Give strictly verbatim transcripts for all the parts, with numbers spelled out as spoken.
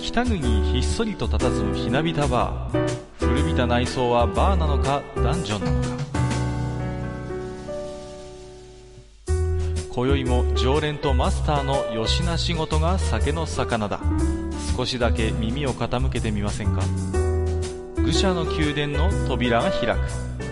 北国にひっそりと佇むひなびたバー。古びた内装はバーなのかダンジョンなのか。今宵も常連とマスターのよしな仕事が酒の魚だ。少しだけ耳を傾けてみませんか。愚者の宮殿の扉が開く。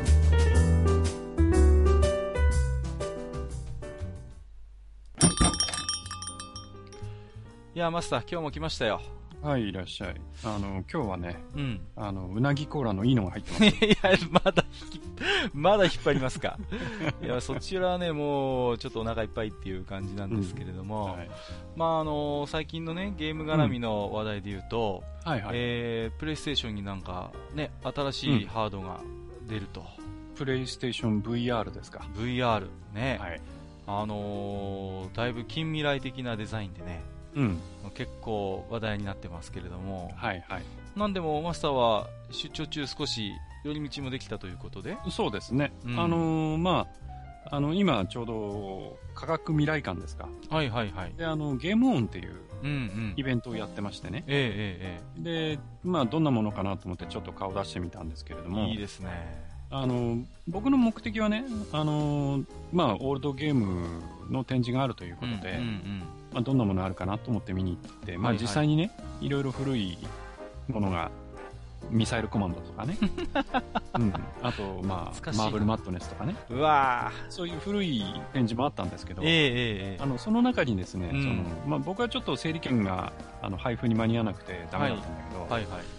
いやマスター、今日も来ましたよ。 はい、いらっしゃい。あの今日はね、 うん、 あのうなぎコーラのいいのが入ってます。 いやまだ引きまだ引っ張りますか。いやそちらはね、もうちょっとお腹いっぱいっていう感じなんですけれども、うん、はい、まああの最近のねゲーム絡みの話題で言うと、うん、はいはい、えー、プレイステーションになんかね新しいハードが出ると。 うん、プレイステーション ブイアール ですか。 ブイアール ね、 はい、 あのー、だいぶ近未来的なデザインでね。 うん、 結構話題になってますけれども、 はいはい、 なんでもマスターは出張中少し寄り道もできたということで。 そうですね、うん、あのー、まああの今ちょうど科学未来館ですか。 はいはいはい。 であのゲームオンっていうイベントをやってましてね、 うんうん、ええええでまあどんなものかなと思ってちょっと顔出してみたんですけれども。 いいですね。 あの僕の目的はね、あのまあオールドゲームの展示があるということで、うんうんうん、まあ、どんなものあるかなと思って見に行って、まあ、実際にね、はいはい、いろいろ古いものがミサイルコマンドとかね、うん、あと、まあ、マーブルマットネスとかね、 うわそういう古い展示もあったんですけど、 えーえー、 あのその中にですね、うん、そのまあ、僕はちょっと整理券があの配布に間に合わなくてダメだったんだけど、はいはいはい、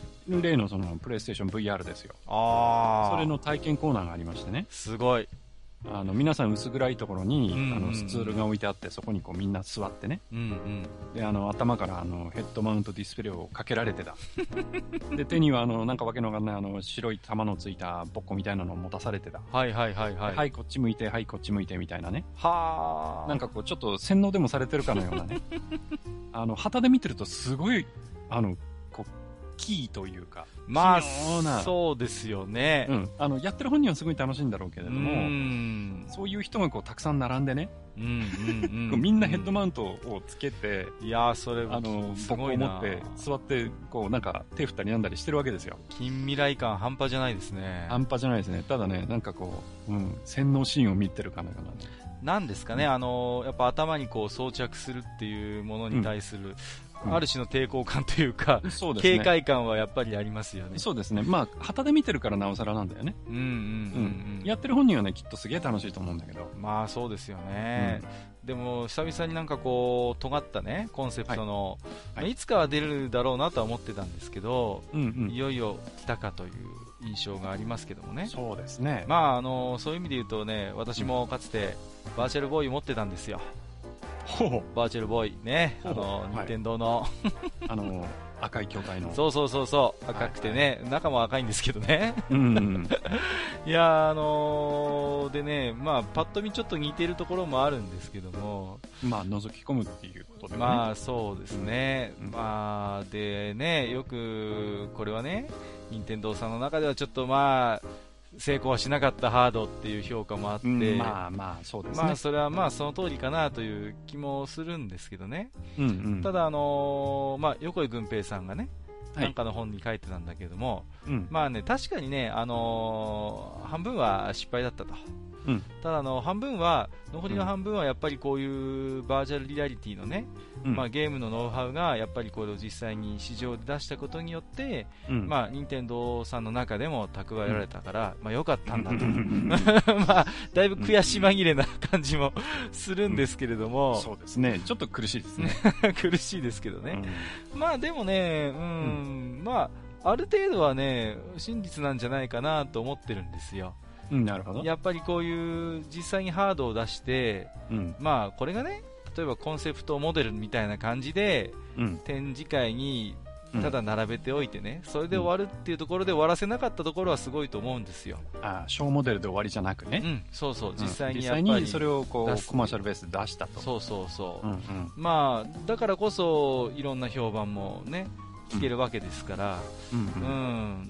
例のそのプレイステーション ブイアール ですよ。 あ、 それの体験コーナーがありましてね、 すごい。 あの皆さん薄暗いところに、うんうん、あのスツールが置いてあって、そこにこうみんな座ってね、うんうん、であの頭からあのヘッドマウントディスプレイをかけられてたで手にはあのなんかわけのわかんないあの白い玉のついたボッコみたいなのを持たされてた。 はいはいはいはい。 はいこっち向いて、はいこっち向いてみたいなね。 はあ。 なんかこうちょっと洗脳でもされてるかのようなねあの旗で見てるとすごいあのこうキーというか、 まあそうですよね、 うん、あのやってる本人はすごい楽しいんだろうけれども、うん、そういう人がこうたくさん並んでね、うんうんうん、みんなヘッドマウントをつけて、 いやそれあの僕を持って座ってこうなんか手振ったりなんだりしてるわけですよ。 近未来感半端じゃないですね。 半端じゃないですね。ただね、なんかこう、うん、洗脳シーンを見てるかのようなね。 なんですかね、うん、あのやっぱ頭にこう装着するっていうものに対する、うん、ある種の抵抗感というか、そうですね、警戒感はやっぱりありますよね。 そうですね。まあ旗で見てるからなおさらなんだよね。うんうんうん、うん、やってる本人はねきっとすげえ楽しいと思うんだけど。 まあそうですよね。うん、でも久々になんかこう尖ったねコンセプトの、はいはい、いつかは出るだろうなとは思ってたんですけど、うんうん、いよいよ来たかという印象がありますけどもね。 そうですね。 まああのそういう意味で言うとね、私もかつてバーチャルボーイ持ってたんですよ。 ほうバーチャルボーイね、あの任天堂の、はい、 あの赤い筐体の、 そうそうそうそう赤くてね、はい、中も赤いんですけどね。 うんうん、 いやあのー、でね、まあパッと見ちょっと似てるところもあるんですけども、 まあ覗き込むっていうことでね。 まあそうですね。うん、まあでね、よくこれはね、任天堂さんの中ではちょっとまあ。成功はしなかったハードっていう評価もあって、うん、 まあまあそうですね。 まあそれはまあその通りかなという気もするんですけどね。 うんうん、 ただあのー、まあ横井軍平さんがね、はい、なんかの本に書いてたんだけども、うん、まあね確かにね、あのー、半分は失敗だったと。うん、ただあの半分は残りの半分はやっぱりこういうバーチャルリアリティのね、うん、まあ、ゲームのノウハウがやっぱりこれを実際に市場で出したことによって、うん、まあ任天堂さんの中でも蓄えられたから、うん、まあ良かったんだとまあだいぶ悔し紛れな感じもするんですけれども、 そうですね、ちょっと苦しいですね苦しいですけどね、まあでもね、うん、まあある程度はね真実なんじゃないかなと思ってるんですよ。 うん、なるほど。 やっぱりこういう実際にハードを出して、うん、まあこれがね例えばコンセプトモデルみたいな感じで、うん、展示会にただ並べておいてね、うん、それで終わるっていうところで終わらせなかったところはすごいと思うんですよ。 ああ、ショーモデルで終わりじゃなくね、 うん、そうそう、実際にやっぱり、うん、実際にそれをこうコマーシャルベースで出したと。 そうそうそう、うんうん、まあだからこそいろんな評判もね聞けるわけですから、うんうんうん、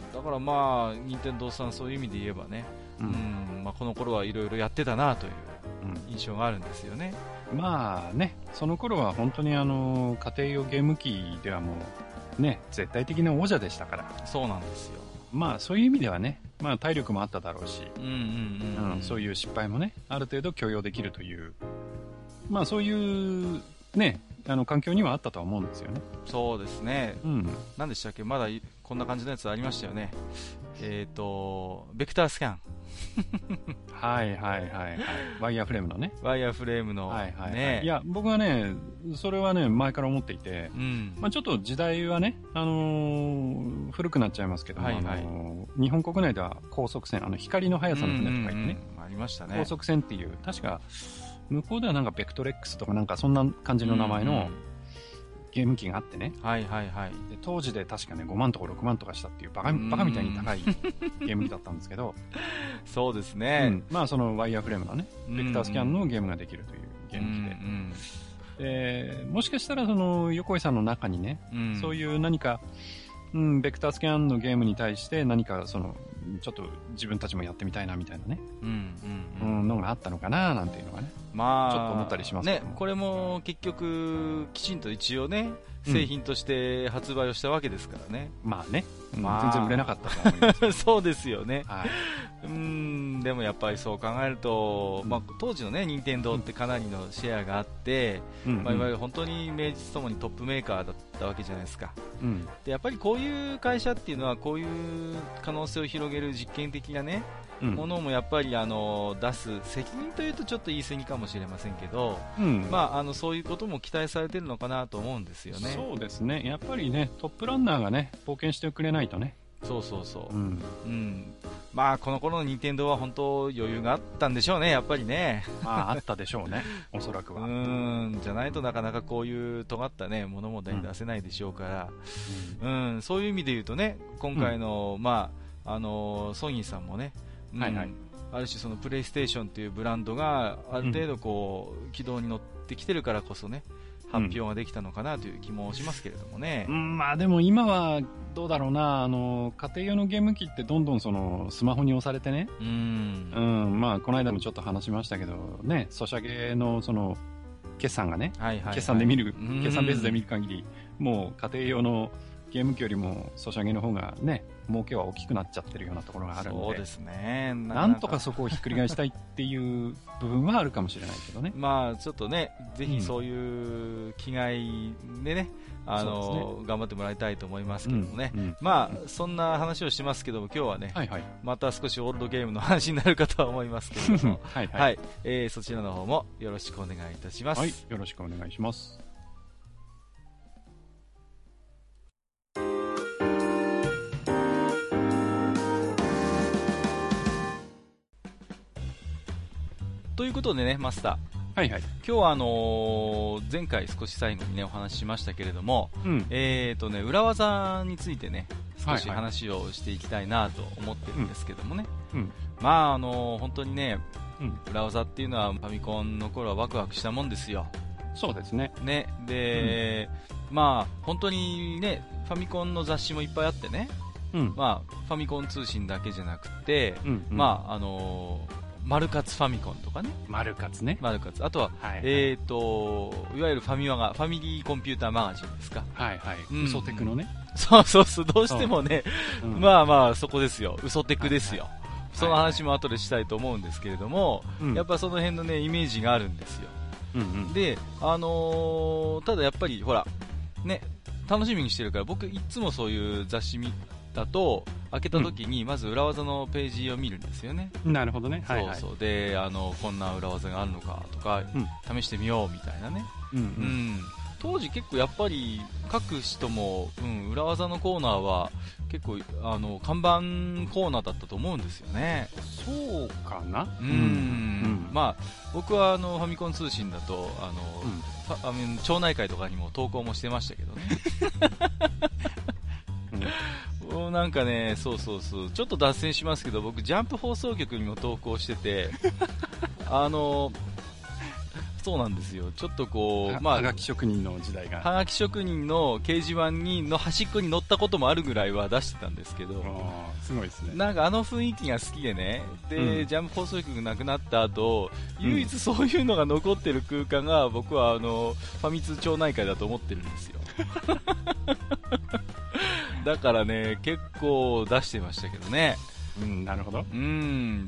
だからまあ任天堂さんそういう意味で言えばね、うんうん、まあ、この頃はいろいろやってたなという印象があるんですよね。 まあね、その頃は本当にあの家庭用ゲーム機ではもうね、絶対的な王者でしたから。 そうなんですよ。 まあそういう意味ではね、まあ体力もあっただろうし、うんうんうん、そういう失敗もね、ある程度許容できるという、まあそういうね、あの環境にはあったとは思うんですよね。 そうですね。うん。何でしたっけ、まだこんな感じのやつありましたよね。えっ、ー、と、ベクタースキャン。 はいはいはいはい。ワイヤーフレームのね。 ワイヤーフレームの。 はいはい、はいね。いや、僕はね、それはね、前から思っていて、うん、まあちょっと時代はね、あのー、古くなっちゃいますけども、はいはい、あのー、日本国内では高速船、あの、光の速さの船とか言ってね、 うんうんうん、ありましたね。 高速船っていう、確か、向こうではなんかベクトレックスとかなんかそんな感じの名前の、うんうん、ゲーム機があってね。 はいはいはい。 で当時で確かね、ごまんとかろくまんとかしたっていうバカ、バカみたいに高いゲーム機だったんですけど。 そうですね、うん。 まあそのワイヤーフレームのね、ベクタースキャンのゲームができるというゲーム機で。うんうんでもしかしたらその横井さんの中にね、うん、そういう何か、うん、ベクタースキャンのゲームに対して何かその、ちょっと自分たちもやってみたいなみたいなね、うんうんうん、のがあったのかななんていうのがね、まあ、ちょっと思ったりしますけども、 ね、これも結局きちんと一応ね、製品として発売をしたわけですからね。 うん、まあね、まあ、全然売れなかったと思います。 そうですよね。はい、うんでもやっぱりそう考えると、まあ、当時のね任天堂ってかなりのシェアがあって、うんまあ、いわゆる本当に名実ともにトップメーカーだったわけじゃないですか、うん、でやっぱりこういう会社っていうのはこういう可能性を広げる実験的なね、うん、ものもやっぱりあの出す責任というとちょっと言い過ぎかもしれませんけど、うんまあ、あのそういうことも期待されているのかなと思うんですよね。 そうですね、やっぱりねトップランナーがね冒険してくれないとね。 そうそうそう、うんうん、まあこの頃の任天堂は本当余裕があったんでしょうね、やっぱりね。 まああったでしょうね、おそらくは。 うんじゃないとなかなかこういう尖ったねものも出せないでしょうから、うんうん、そういう意味で言うとね、今回の、うん、まああのソニーさんもね、うん、はいはい、ある種そのプレイステーションというブランドがある程度こう、うん、軌道に乗ってきてるからこそね発表ができたのかなという気もしますけれどもね、 うん、まあでも今はどうだろうな、あの家庭用のゲーム機ってどんどんそのスマホに押されてね、うん、うん、まあこの間もちょっと話しましたけどね、ソシャゲのその決算がね、はいはいはい、決算で見る、決算ベースで見る限り、もう家庭用のゲーム機よりもソシャゲの方がね儲けは大きくなっちゃってるようなところがあるので、 そうですね、 な, なんとかそこをひっくり返したいっていう部分はあるかもしれないけどね。 まあちょっとね、ぜひそういう気概でね、うん、あのね、頑張ってもらいたいと思いますけどもね、うんうん、まあそんな話をしますけども、今日はね、はいはい、また少しオールドゲームの話になるかとは思いますけれどもはい、はいはい、えー、そちらの方もよろしくお願いいたします。 はい、よろしくお願いします。 ということでね、マスター、はいはい、今日はあのー、前回少し最後にねお話ししましたけれども、うん、えーとね、裏技についてね少し話をしていきたいなと思ってるんですけどもね、うんうん、まああのー、本当にね、うん、裏技っていうのはファミコンの頃はワクワクしたもんですよ。 そうですね。 ねで、まあ本当にねファミコンの雑誌もいっぱいあってね、まあファミコン通信だけじゃなくて、うんうん、まああのーマルカツファミコンとかね、 マルカツね、 マルカツ、あとは、はいはい、えーといわゆるファミマガ、ファミリーコンピューターマガジンですか、 はいはい、うん、嘘テクのね、 そうそうそう、どうしてもね、うん、まあまあそこですよ、嘘テクですよ、はいはい、その話も後でしたいと思うんですけれども、はいはい、やっぱその辺のねイメージがあるんですよ、うんうん、で、あのー、ただやっぱりほらね、楽しみにしてるから、僕いつもそういう雑誌見だと開けた時にまず裏技のページを見るんですよね、 うん、なるほどね、 はいはい、そうそう、であのこんな裏技があるのかとか、うん、試してみようみたいなね、うんうんうん、当時結構やっぱり各人も、うん、裏技のコーナーは結構あの看板コーナーだったと思うんですよね。 そうかな、 うん、うん、まあ僕はあのファミコン通信だとあの、うん、あの町内会とかにも投稿もしてましたけどねうん、なんかね、そうそうそう、ちょっと脱線しますけど、僕ジャンプ放送局にも投稿しててあのそうなんですよ、ちょっとこう、 まあ、はがき職人の時代が、 はがき職人の掲示板にの端っこに載ったこともあるぐらいは出してたんですけど、 すごいですね、 なんかあの雰囲気が好きでね、で、うん、ジャンプ放送局なくなった後、唯一そういうのが残ってる空間が僕はあのファミ通町内会だと思ってるんですよだからね、結構出してましたけどね。 うん、なるほど。 うん、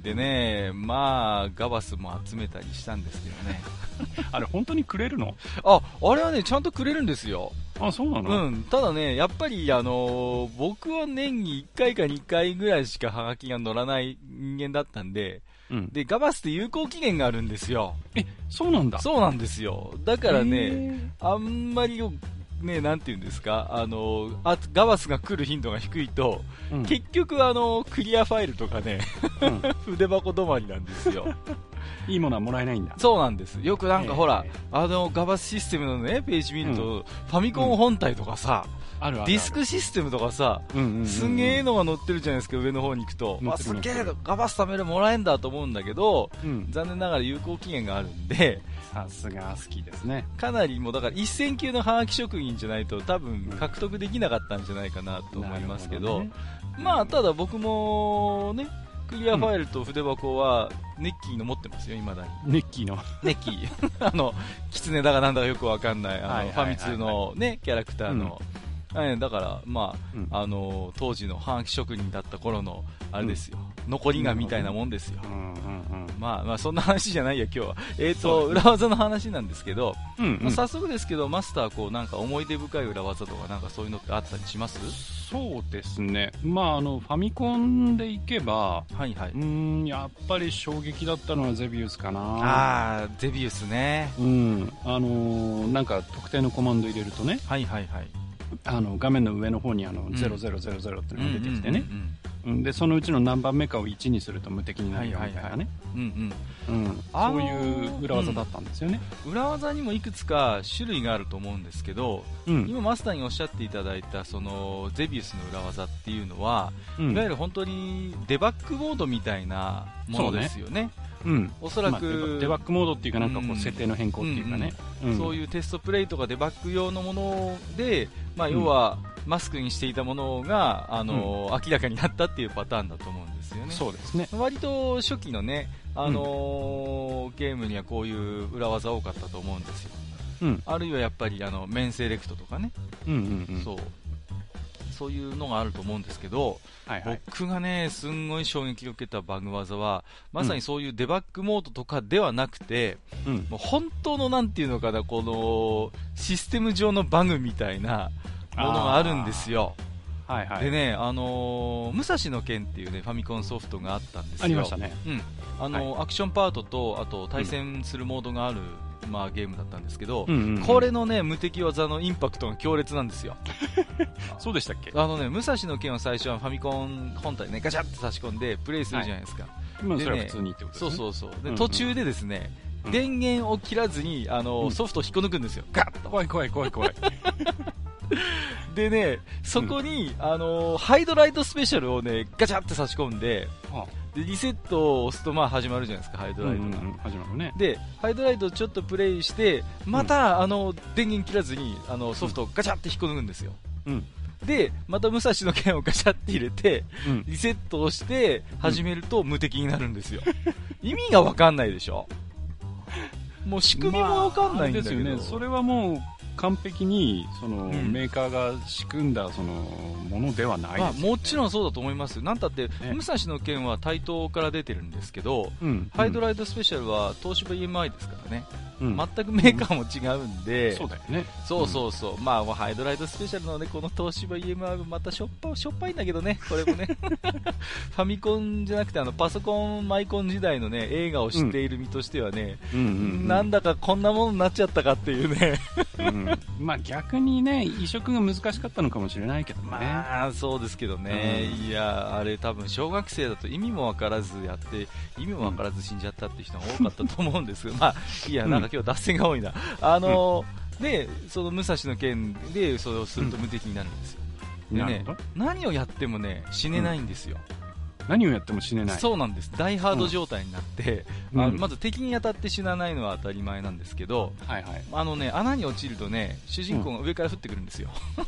でね、まあ、ガバスも集めたりしたんですけどね。 あれ、本当にくれるの？ あ、あれはね、ちゃんとくれるんですよ。 あ、そうなの？ うん、ただね、やっぱり、あのー、僕は年にいっかいかにかいぐらいしかハガキが乗らない人間だったんで、うん、で、ガバスって有効期限があるんですよ。 え、そうなんだ。 そうなんですよ。だからね、あんまり、ね、なんていうんですか、あのあガバスが来る頻度が低いと、うん、結局あのクリアファイルとかね、うん、筆箱止まりなんですよ。 いいものはもらえないんだ。 そうなんです。よくなんかほら、あのガバスシステムのねページ見ると、うん、ファミコン本体とかさ、うん、あるあるあるディスクシステムとかさ、うんうんうんうん、すげえのが載ってるじゃないですか、上の方に行くと、まあ、すげえガバス貯めるもらえんだと思うんだけど、うん、残念ながら有効期限があるんで、 さすが好きですね。 かなりもうだから一線級のハガキ職人じゃないと多分獲得できなかったんじゃないかなと思いますけど、うん、どね、まあただ僕もね、クリアファイルと筆箱はネッキーの持ってますよ、未だに。 ネッキーのネッキーあのキツネだかなんだかよくわかんない、あの、はいはいはいはい、ファミ通のねキャラクターの、うん、だからまあ、うん、あの当時のハガキ職人だった頃のあれですよ、うん、残りがみたいなもんですよ、うんうんうん、まあまあそんな話じゃないや今日は。えーと、裏技の話なんですけど、うんうん、まあ、早速ですけどマスターこうなんか思い出深い裏技とかなんかそういうのってあったりします？ そうですね、まああのファミコンでいけば、はいはい、うーんやっぱり衝撃だったのはゼビウスかな。 ああゼビウスね、 うん、あのー、なんか特定のコマンド入れるとね、はいはいはい、あの画面の上の方にあの、うん、ゼロゼロゼロゼロってのが出てきてね、うんうんうんうん、でそのうちの何番目かをいちにすると無敵になるよみたいなね、そういう裏技だったんですよね、 うん、裏技にもいくつか種類があると思うんですけど、うん、今マスターにおっしゃっていただいたそのゼビウスの裏技っていうのは、うん、いわゆる本当にデバッグモードみたいなものですよね。うん、おそらく、 まあ、デバッグモードっていうかなんかこう設定の変更っていうかね、 うんうんうん、そういうテストプレイとかデバッグ用のもので、まあ、要はマスクにしていたものが、あのーうん、明らかになったっていうパターンだと思うんですよね。 そうですね。 割と初期のね、あのーうん、ゲームにはこういう裏技多かったと思うんですよ、うん、あるいはやっぱりあのメンセレクトとかね、うんうんうん、そうそういうのがあると思うんですけど、はいはい、僕がねすんごい衝撃を受けたバグ技はまさにそういうデバッグモードとかではなくて、うん、もう本当のなんていうのかな、このシステム上のバグみたいなものがあるんですよ。はいはい、でね、あのー、武蔵の剣っていうねファミコンソフトがあったんですよ。 ありましたね。 うん、あのーはい、アクションパートとあと対戦するモードがある、うん、まあ、ゲームだったんですけど、うんうんうん、これのね無敵技のインパクトが強烈なんですよ。 そうでしたっけ？ あのね、武蔵の剣は最初はファミコン本体ねガチャって差し込んでプレイするじゃないですか。 はい、まあ、それは普通にってことですね。 そうそうそう。で、うんうん、途中でですね、うん、電源を切らずにあの、うん、ソフトを引っこ抜くんですよ。ガッと。 怖い怖い怖い怖い。 でね、そこに、うん、あのー、ハイドライトスペシャルをねガチャって差し込んで、はあ、でリセットを押すとまあ始まるじゃないですか、ハイドライトが、うんうんうん、始まるね。でハイドライトをちょっとプレイしてまた、うん、あの電源切らずにあのソフトをガチャって引っこ抜くんですよ、うん、でまた武蔵の剣をガチャって入れて、うん、リセットをして始めると無敵になるんですよ、うん、意味が分かんないでしょ。もう仕組みも分かんないんだけど、まあ、ですよね。 それはもう完璧にその、うん、メーカーが仕組んだそのものではないですよね。 まあ、もちろんそうだと思います。なんたって、ね、武蔵の剣は対等から出てるんですけど、うん、ハイドライトスペシャルは東芝 イーエムアイ ですからね、うん、全くメーカーも違うんで、うん、 そうだよね。 そうそうそう、うん、まあハイドライトスペシャルのねこの東芝 イーエムアイ もまたしょっぱしょっぱいんだけどね、これもねファミコンじゃなくてあのパソコンマイコン時代のね映画を知っている身としてはね、うんうんうんうん、なんだかこんなものになっちゃったかっていうね、 うん、まあ逆にね移植が難しかったのかもしれないけどね。 まあそうですけどね、うん、いやあれ多分小学生だと意味も分からずやって意味も分からず死んじゃったっていう人が多かったと思うんですが、まあいやなんか今日脱線が多いな。あの、うん、でその武蔵の剣でそれをすると無敵になるんですよ、うん、でね何をやってもね死ねないんですよ、 うん、何をやっても死ねない。 そうなんです。大ハード状態になって、うん、あまず敵に当たって死なないのは当たり前なんですけど、はいはい、あのね穴に落ちるとね主人公が上から降ってくるんですよ、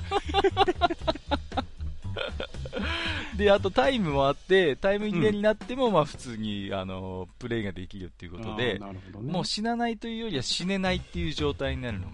うん、であとタイムもあってタイム切れになっても、うん、まあ普通にあのプレイができるっていうことで、なるほどね、もう死なないというよりは死ねないっていう状態になるのがね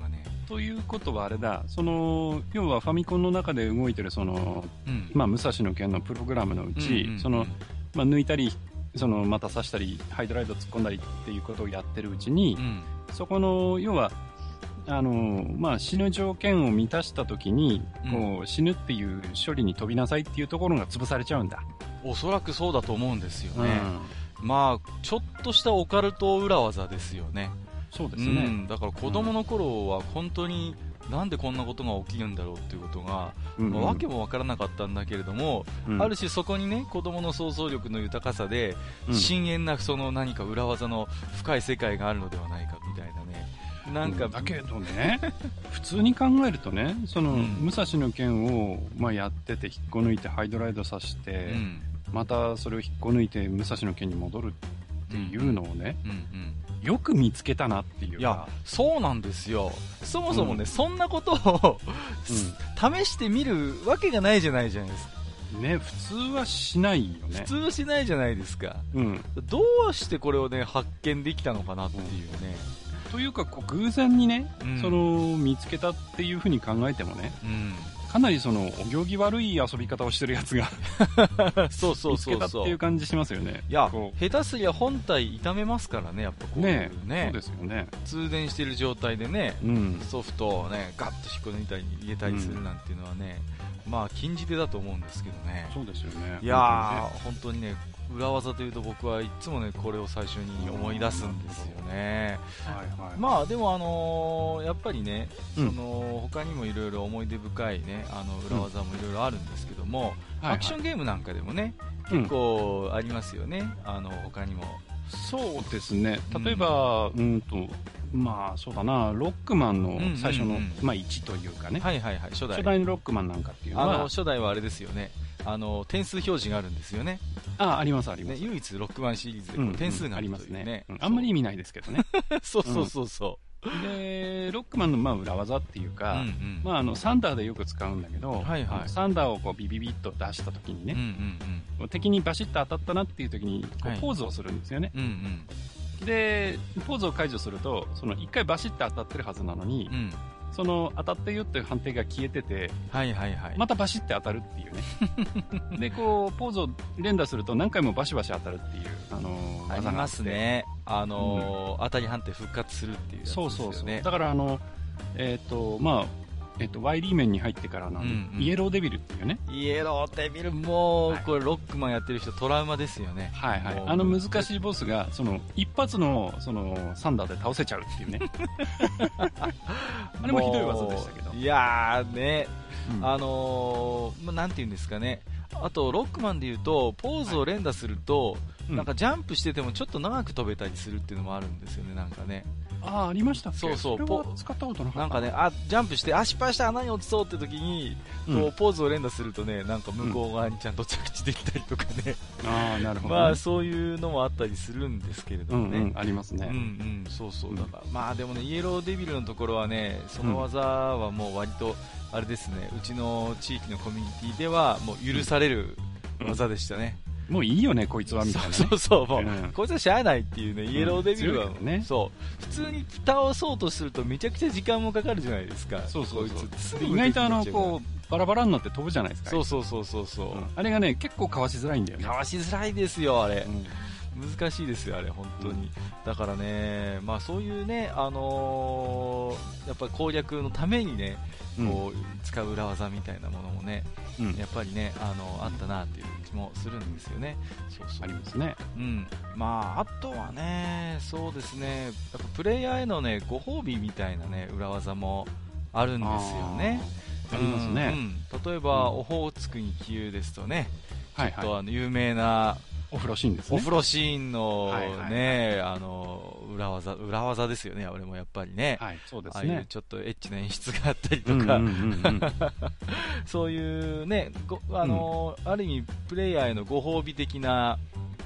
ということはあれだ、その要はファミコンの中で動いてるその、うん、まあ、武蔵の剣のプログラムのうち、うんうんうん、そのまあ、抜いたりそのまた刺したりハイドライド突っ込んだりっていうことをやってるうちに、うん、そこの要はあの、まあ、死ぬ条件を満たした時に、うん、こう死ぬっていう処理に飛びなさいっていうところが潰されちゃうんだ。 おそらくそうだと思うんですよね、うん、まあちょっとしたオカルト裏技ですよね。 そうですね、 うん、だから子供の頃は本当になんでこんなことが起きるんだろうっていうことが、うんうん、まあ、わけもわからなかったんだけれども、うん、ある種そこにね子供の想像力の豊かさで、うん、深遠なその何か裏技の深い世界があるのではないかみたいなね。なんか、 うん、だけどね普通に考えるとねその、うん、武蔵の剣を、まあ、やってて引っこ抜いてハイドライドさせて、うん、またそれを引っこ抜いて武蔵の剣に戻るっていうのをね、うんうんうんよく見つけたなっていうか。 いや、そうなんですよ。そもそもね、うん、そんなことを、うん、試してみるわけがないじゃないじゃないですか。 ね、普通はしないよね。 普通はしないじゃないですか。うん。どうしてこれをね、発見できたのかなっていうね。 うん、というか、こう偶然にね、うん、その、見つけたっていうふうに考えてもね、うんかなりそのお行儀悪い遊び方をしてるやつがそうそうそうそう見つけたっていう感じしますよね。 いや下手すりゃ本体傷めますからねやっぱこういうね。 ねそうですよね。 通電してる状態でね、うん、ソフトをねガッと引っこ抜いたり入れたりするなんていうのはね、うん、まあ禁じ手だと思うんですけどね。 そうですよね。 いやー本当にね裏技というと僕はいつもねこれを最初に思い出すんですよね。はいはい、まあでもあのー、やっぱりね、うん、その他にもいろいろ思い出深いねあの裏技もいろいろあるんですけども、うん、アクションゲームなんかでもね、はいはい、結構ありますよね。あの他にも。 そうですね。例えば、うん、うんとまあそうだなロックマンの最初の、うんうんうん、まあいちというかね。 はいはいはい初代。 初代のロックマンなんかっていうのはあの初代はあれですよね。あの点数表示があるんですよね。 ああ、ありますあります、 ね、唯一ロックマンシリーズでこう点数があるという、ね、うんうん、ありますね、 うん、あんまり意味ないですけどねそうそうそうそう、 うん、でロックマンのまあ裏技っていうか、うんうんまあ、あのサンダーでよく使うんだけど、はいはい、サンダーをこうビビビッと出した時にね、うんうんうん、敵にバシッと当たったなっていう時にこうポーズをするんですよね、はいうんうん、でポーズを解除するとそのいっかいバシッと当たってるはずなのに、うんその当たってよっていう判定が消えてて、はいはいはい、またバシッて当たるっていうねでこうポーズを連打すると何回もバシバシ当たるっていう、あのー、技があってありますね、あのーうん、当たり判定復活するっていうやつですよね。 そうそうそうだからあのえっ、ー、とまあえっと、ワイリー面に入ってからの、うんうん、イエローデビルっていうねイエローデビルもう、はい、これロックマンやってる人トラウマですよね。 はいはいあの難しいボスがその一発のそのサンダーで倒せちゃうっていうねあれもひどい技でしたけどいやーね、うん、あのー、なんていうんですかねあとロックマンでいうとポーズを連打すると、はいなんかジャンプしててもちょっと長く飛べたりするっていうのもあるんですよねなんかねああありましたっけ。 そうそうそれは使ったことなかった。 なんかねあジャンプしてあ失敗した穴に落ちそうって時に、うん、こうポーズを連打するとねなんか向こう側にちゃんと着地できたりとかね、うん、ああなるほど、ね、まあそういうのもあったりするんですけれどもね、 うんうん、ありますねうんうんそうそうだから、うん、まあでもねイエローデビルのところはねその技はもう割とあれですねうちの地域のコミュニティではもう許される技でしたね、 うんもういいよねこいつはみたいな、ね、 そうそうもう、うん、こいつはしゃあないっていうねイエローデビルは、うんね、そう普通に倒そうとするとめちゃくちゃ時間もかかるじゃないですか。 そうそうそう意外とあのこうバラバラになって飛ぶじゃないですか。 そうそうそうそうそう、うん、 あれがね結構かわしづらいんだよね。 かわしづらいですよあれ、うん、難しいですよあれ本当に、うん、だからねまあそういうねあのー、やっぱり攻略のためにねこう使う裏技みたいなものもね、うん、やっぱりねあのあったなっていう気もするんですよね。 そうそうありますね。 うん。まああとはねそうですねやっぱプレイヤーへのねご褒美みたいなね裏技もあるんですよね。 ありますね。 うんうん、例えば、うん、オホーツクにきゅうですとね、ちょっとあの有名なお風呂シーンですね。 お風呂シーンのね、はいはいはい、あの裏技裏技ですよね。あれもやっぱりね、 はい、そうですね。ああいうちょっとエッチな演出があったりとか、うんうんうんうん、そういうね、ごあの、うん、ある意味プレイヤーへのご褒美的な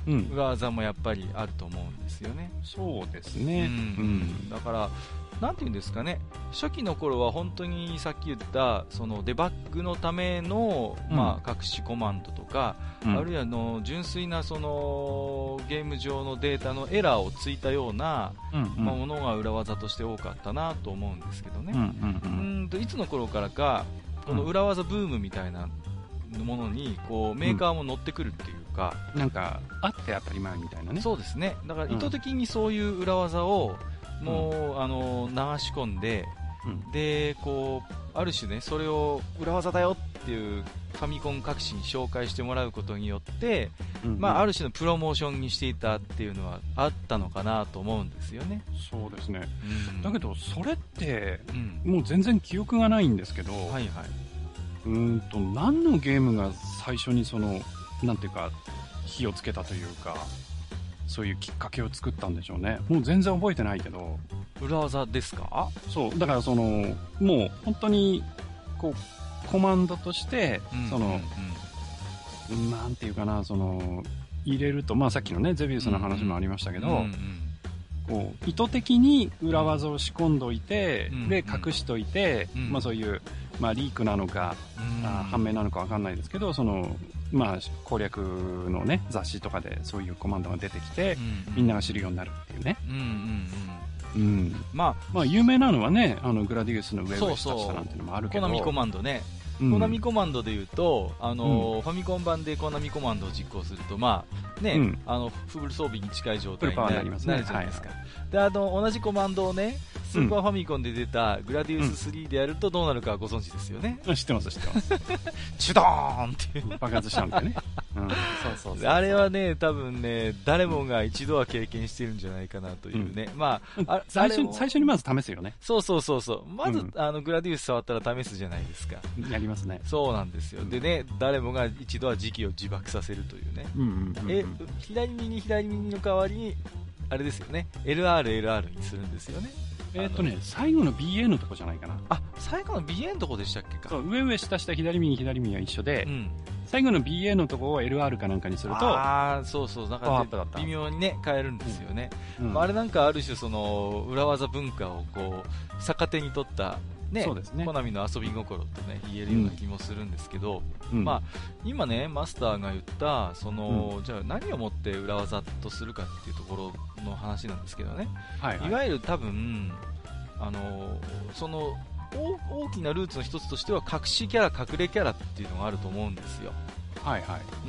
裏技もやっぱりあると思うんですよね。 そうですね、うんうん、だからなんていうんですかね、初期の頃は本当にさっき言ったそのデバッグのための、うん、まあ、隠しコマンドとか、うん、あるいはの純粋なそのゲーム上のデータのエラーをついたような、うんうん、まあ、ものが裏技として多かったなと思うんですけどね、うんうんうん、うんといつの頃からかこの裏技ブームみたいなものにこうメーカーも乗ってくるっていうか、 うん、なんかあって当たり前みたいなね。 そうですね、だから意図的にそういう裏技をもう、うん、あの流し込んで、うん、でこうある種ね、それを裏技だよっていうファミコン各紙に紹介してもらうことによって、うんうん、まあ、ある種のプロモーションにしていたっていうのはあったのかなと思うんですよね。 そうですね、うん、だけどそれって、うん、もう全然記憶がないんですけど、はいはい、うーんと何のゲームが最初にそのなんていうか火をつけたというか、そういうきっかけを作ったんでしょうね。もう全然覚えてないけど。 裏技ですか？ そう、だからそのもう本当にこうコマンドとして、うん、その、うん、なんていうかな、その入れると、まあさっきのねゼビウスの話もありましたけど、うんうん、こう意図的に裏技を仕込んどいて、うん、で隠しといて、うん、まあそういう、まあ、リークなのか、うん、あ判明なのかわかんないですけど、そのまあ、攻略の、ね、雑誌とかでそういうコマンドが出てきて、うんうん、みんなが知るようになるっていうね、うんうんうんうん、まあ、まあ有名なのはね、あのグラディウスの上を下下なんていうのもあるけど、 コナミコマンドね、うん、コナミコマンドでいうと、あのーうん、ファミコン版でコナミコマンドを実行すると、まあね、うん、あのフル装備に近い状態になるじゃないですか、はいはい、であの同じコマンドをねスーパーファミコンで出たグラディウススリーでやるとどうなるかご存知ですよね。 うん、知ってます知ってますチュドーンっていう爆発したんだよね、うん、そうそうそう、あれはね多分ね誰もが一度は経験してるんじゃないかなというね、うん、まあ、あ最初最初にまず試すよね。 そうそうそうそう、まず、うん、あのグラディウス触ったら試すじゃないですか。 やりますね。 そうなんですよ、うん、でね誰もが一度は時期を自爆させるというね、うんうんうんうん、え左右左右の代わりにあれですよね、 エルアールエルアール にするんですよね。 えーっとね、最後の ビーエー のとこじゃないかな。 あ、最後の ビーエー のとこでしたっけか。 そう、上上下下左右左右は一緒で、うん、最後の ビーエー のとこを エルアール かなんかにすると、 ああ、そうそう、なんか微妙にね変えるんですよね。うんうん、まあ、あれなんかある種その裏技文化をこう逆手に取ったね、そうですね、コナミの遊び心とね言えるような気もするんですけど、うん、まあ今ねマスターが言ったその、うん、じゃあ何をもって裏技とするかっていうところの話なんですけどね、はいはい、いわゆる多分あのその大きなルーツの一つとしては隠しキャラ隠れキャラっていうのがあると思うんですよ。 はいはい、 うん、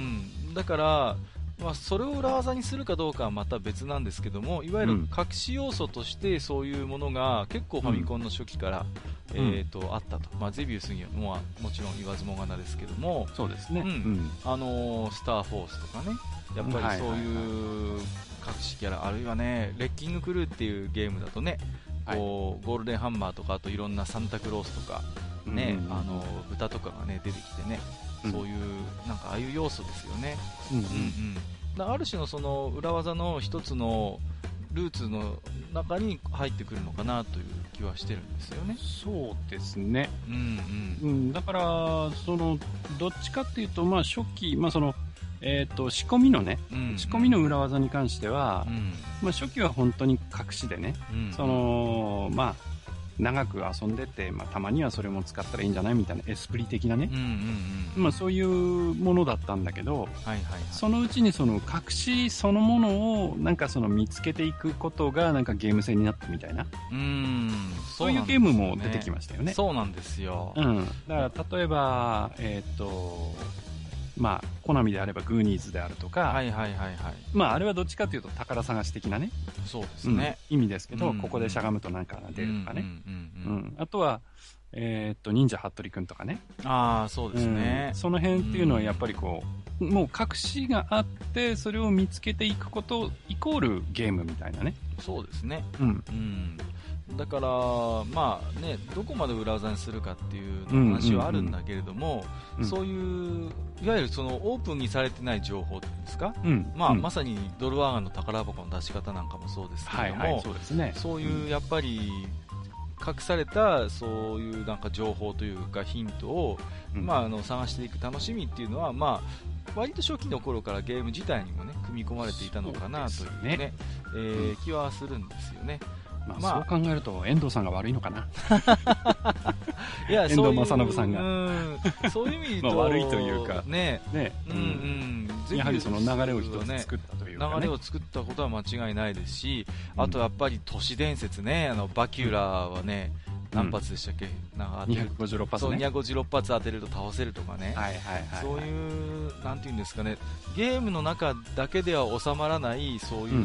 だから、まあ、それを裏技にするかどうかはまた別なんですけども、いわゆる隠し要素としてそういうものが結構ファミコンの初期から、うん、えー、とあったと、まあ、ゼビウスにはももちろん言わずもがなですけども、 そうですね、うんうん、 あのー、スターフォースとかね、やっぱりそういう隠しキャラ、あるいはねレッキングクルーっていうゲームだとね、こうゴールデンハンマーとか、あといろんなサンタクロースとか、ね、うんうん、あの豚とかが、ね、出てきてね、うん、そういうなんかああいう要素ですよね、うんうんうん、だある種のその裏技の一つのルーツの中に入ってくるのかなという気はしてるんですよね。 そうですね、うんうんうん、だからそのどっちかっていうと、まあ、初期、まあそのえー、と仕込みのね、うんうん、仕込みの裏技に関しては、うん、まあ、初期は本当に隠しでね、うん、そのまあ長く遊んでて、まあ、たまにはそれも使ったらいいんじゃないみたいなエスプリ的なね、うんうんうん、まあ、そういうものだったんだけど、はいはいはい、そのうちにその隠しそのものをなんかその見つけていくことがなんかゲーム性になったみたいな、うん、そういうゲームも出てきましたよね。 そうなんですよ、 うん、だから例えばえっとまあ、コナミであればグーニーズであるとか、はいはいはいはい、まあ、あれはどっちかというと宝探し的なね、 そうですね、 うん、意味ですけど、うんうん、ここでしゃがむとなんかが出るとかね、うんうんうんうん、あとは、えー、っと忍者ハットリくんとかね、 あ、そうですね、 うん、その辺っていうのはやっぱりこう、うん、もう隠しがあってそれを見つけていくことイコールゲームみたいなね。 そうですね、うん、うん、だから、まあね、どこまで裏技にするかっていう話はあるんだけれども、うんうんうん、そういういわゆるそのオープンにされてない情報っていうんですか、うん、まあうん、まさにドルワーガンの宝箱の出し方なんかもそうですけれども、はいはい、そうですね、そういうやっぱり隠されたそういうなんか情報というかヒントを、うん、まあ、あの探していく楽しみっていうのは、まあ、割と初期の頃からゲーム自体にもね組組み込まれていたのかなというね、ねえーうん、気はするんですよね。 まあまあ、そう考えると遠藤さんが悪いのかな。いや、遠藤正信さんが。 うん、そういう意味で、 まあ悪いというか、 ね、 ね、うんうん、やはりその流れを一つ作ったというか、ね、 流れを作ったことは間違いないですし、あとやっぱり都市伝説ね、あのバキュラはね、うん、何発でしたっけ、なんかにひゃくごじゅうろく発ね。 そう、にひゃくごじゅうろく発当てると倒せるとかね、 はいはいはいはい、 そういう、なんていうんですかね、ゲームの中だけでは収まらないそういう、うん、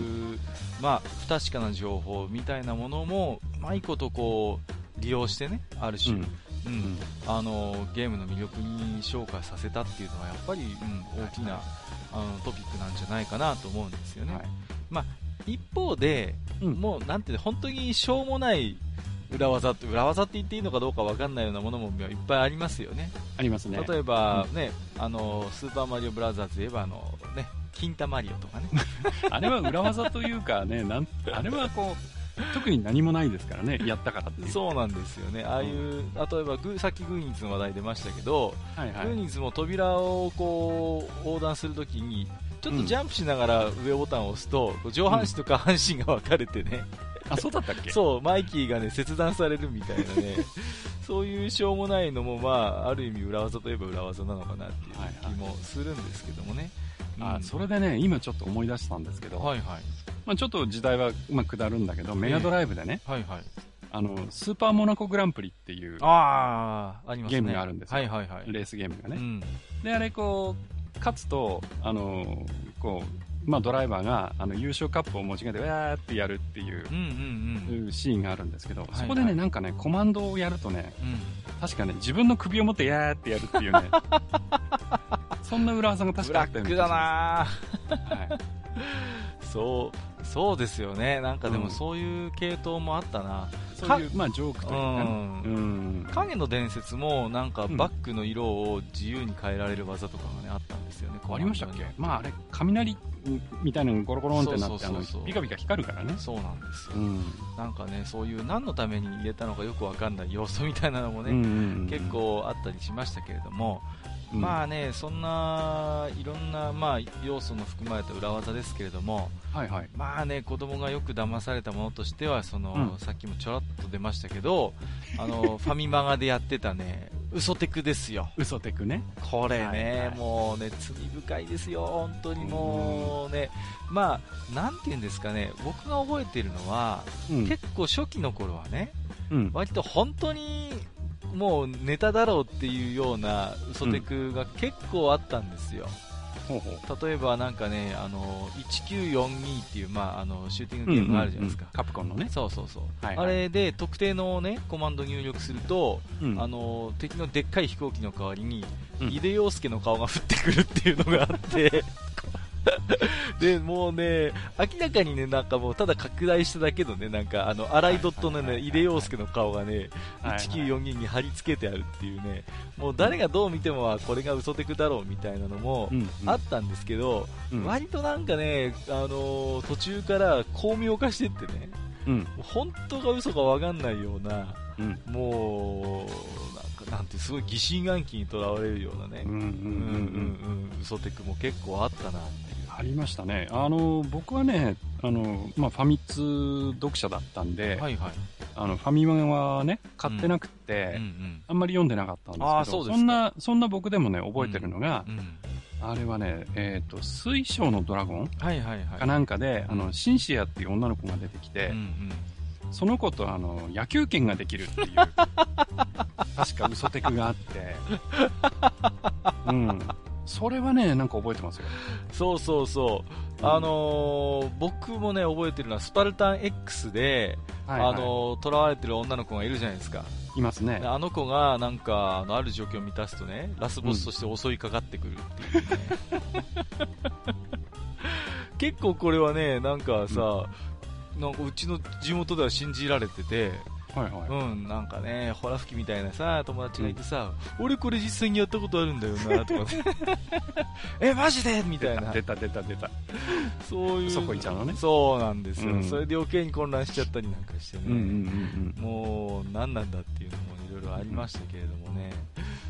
まあ不確かな情報みたいなものもうまいことこう利用してね、ある種、うんうん、あのゲームの魅力に昇華させたっていうのはやっぱり、うん、大きな、はい、あのトピックなんじゃないかなと思うんですよね。はい、まあ、一方で、うん、もうなんて本当にしょうもない裏技って裏技って言っていいのかどうか分かんないようなものもいっぱいありますよね。 ありますね。 例えば、うん、ね、あのスーパーマリオブラザーズで言えばあのね、金玉マリオとかね。 あれは裏技というかね、なんあれはこう特に何もないですからね、やったからっていう。 そうなんですよね。ああいう、うん、例えばグさっきグーニーズの話題出ましたけど、はいはい、グーニーズも扉をこう横断するときにちょっとジャンプしながら上ボタンを押すと、うん、上半身と下半身が分かれてね、 あ、そうだったっけ？ そう、マイキーがね切断されるみたいなねそういうしょうもないのも、まあ、ある意味裏技といえば裏技なのかなっていう気もするんですけどもね。 はいはい、うん、あ、それでね、今ちょっと思い出したんですけど、はいはい、まあ、ちょっと時代は、まあ、下るんだけど、メガドライブでね、えーはいはい、あのスーパーモナコグランプリっていうあありますね、 ゲームがあるんですよ、 はいはいはい、 レースゲームがね、 うん、 であれこう勝つとあのこう、まあ、ドライバーがあの優勝カップを持ち上げてわーってやるっていう、うんうんうん、シーンがあるんですけど、はいはい、そこでねなんかねコマンドをやるとね、うん、確かね自分の首を持ってやーってやるっていうねそんな裏技が確かあったような気がします。 ブラックだな、はい、そうそうですよね。なんかでもそういう系統もあったな、 うん、そういうまあジョークというか、うんうん、影の伝説もなんかバックの色を自由に変えられる技とかがねあったんですよね。 ありましたっけ？まああれ雷みたいなのがゴロゴロンってなってビカビカ光るからね。 そうなんですよ、うん、なんかねそういう何のために入れたのかよくわかんない要素みたいなのもね、うんうんうん、結構あったりしましたけれども、うん、まあねそんないろんな、まあ、要素の含まれた裏技ですけれども、はいはい、まあね子供がよく騙されたものとしてはその、うん、さっきもちょろっと出ましたけどあのファミマガでやってたね嘘テクですよ。 嘘テクね。 これね、はいはい、もうね罪深いですよ本当に。もうね、まあなんていうんですかね、僕が覚えているのは、うん、結構初期の頃はね、うん、割と本当にもうネタだろうっていうような嘘テクが結構あったんですよ、うん、ほうほう。例えばなんかねあのいちきゅうよんにっていう、まあ、あのシューティングゲームがあるじゃないですか、 うんうんうん、カプコンのね。 そうそうそう、はいはい、あれで特定の、ね、コマンド入力すると、うん、あの敵のでっかい飛行機の代わりに、うん、井出陽介の顔が降ってくるっていうのがあってでもうね明らかにねなんかもうただ拡大しただけのねなんかあの荒いドットのね井出陽介の顔がねいちきゅうよんにに貼り付けてあるっていうね、もう誰がどう見てもこれが嘘テクだろうみたいなのもあったんですけど、うんうん、割となんかねあのー、途中から巧妙化してってね、うん、本当か嘘か分かんないような、うん、もうなんかなんてすごい疑心暗鬼にとらわれるようなね嘘テクも結構あったなっていう。 ありましたね。あの僕はねあの、まあ、ファミ通読者だったんで、はいはい、あのファミマはね買ってなくて、うんうんうん、あんまり読んでなかったんですけど、あ、そうですか。そんなそんな僕でもね覚えてるのが、うんうん、あれはね、えーと、水晶のドラゴン、はいはいはい、かなんかで、あのシンシアっていう女の子が出てきて、うんうん、その子とあの野球拳ができるっていう確か嘘テクがあって、うん、それはねなんか覚えてますよ。 そうそうそう、うん、あのー、僕もね覚えてるのはスパルタン X で、はいはい、あのー、囚われてる女の子がいるじゃないですか。 いますね。 あの子がなんかあのある状況を満たすとねラスボスとして襲いかかってくるっていうね、うん、結構これはねなんかさ、うん、なんかうちの地元では信じられてて、はいはい、うん、なんかねホラ吹きみたいなさ友達がいてさ、うん、俺これ実際にやったことあるんだよなとかえマジでみたいな、 出た出た出た、 そういうそこいちゃうのね。 そうなんですよ、うん、それで余計に混乱しちゃったりなんかしてね、うんうんうんうん、もう何なんだっていうのもいろいろありましたけれどもね、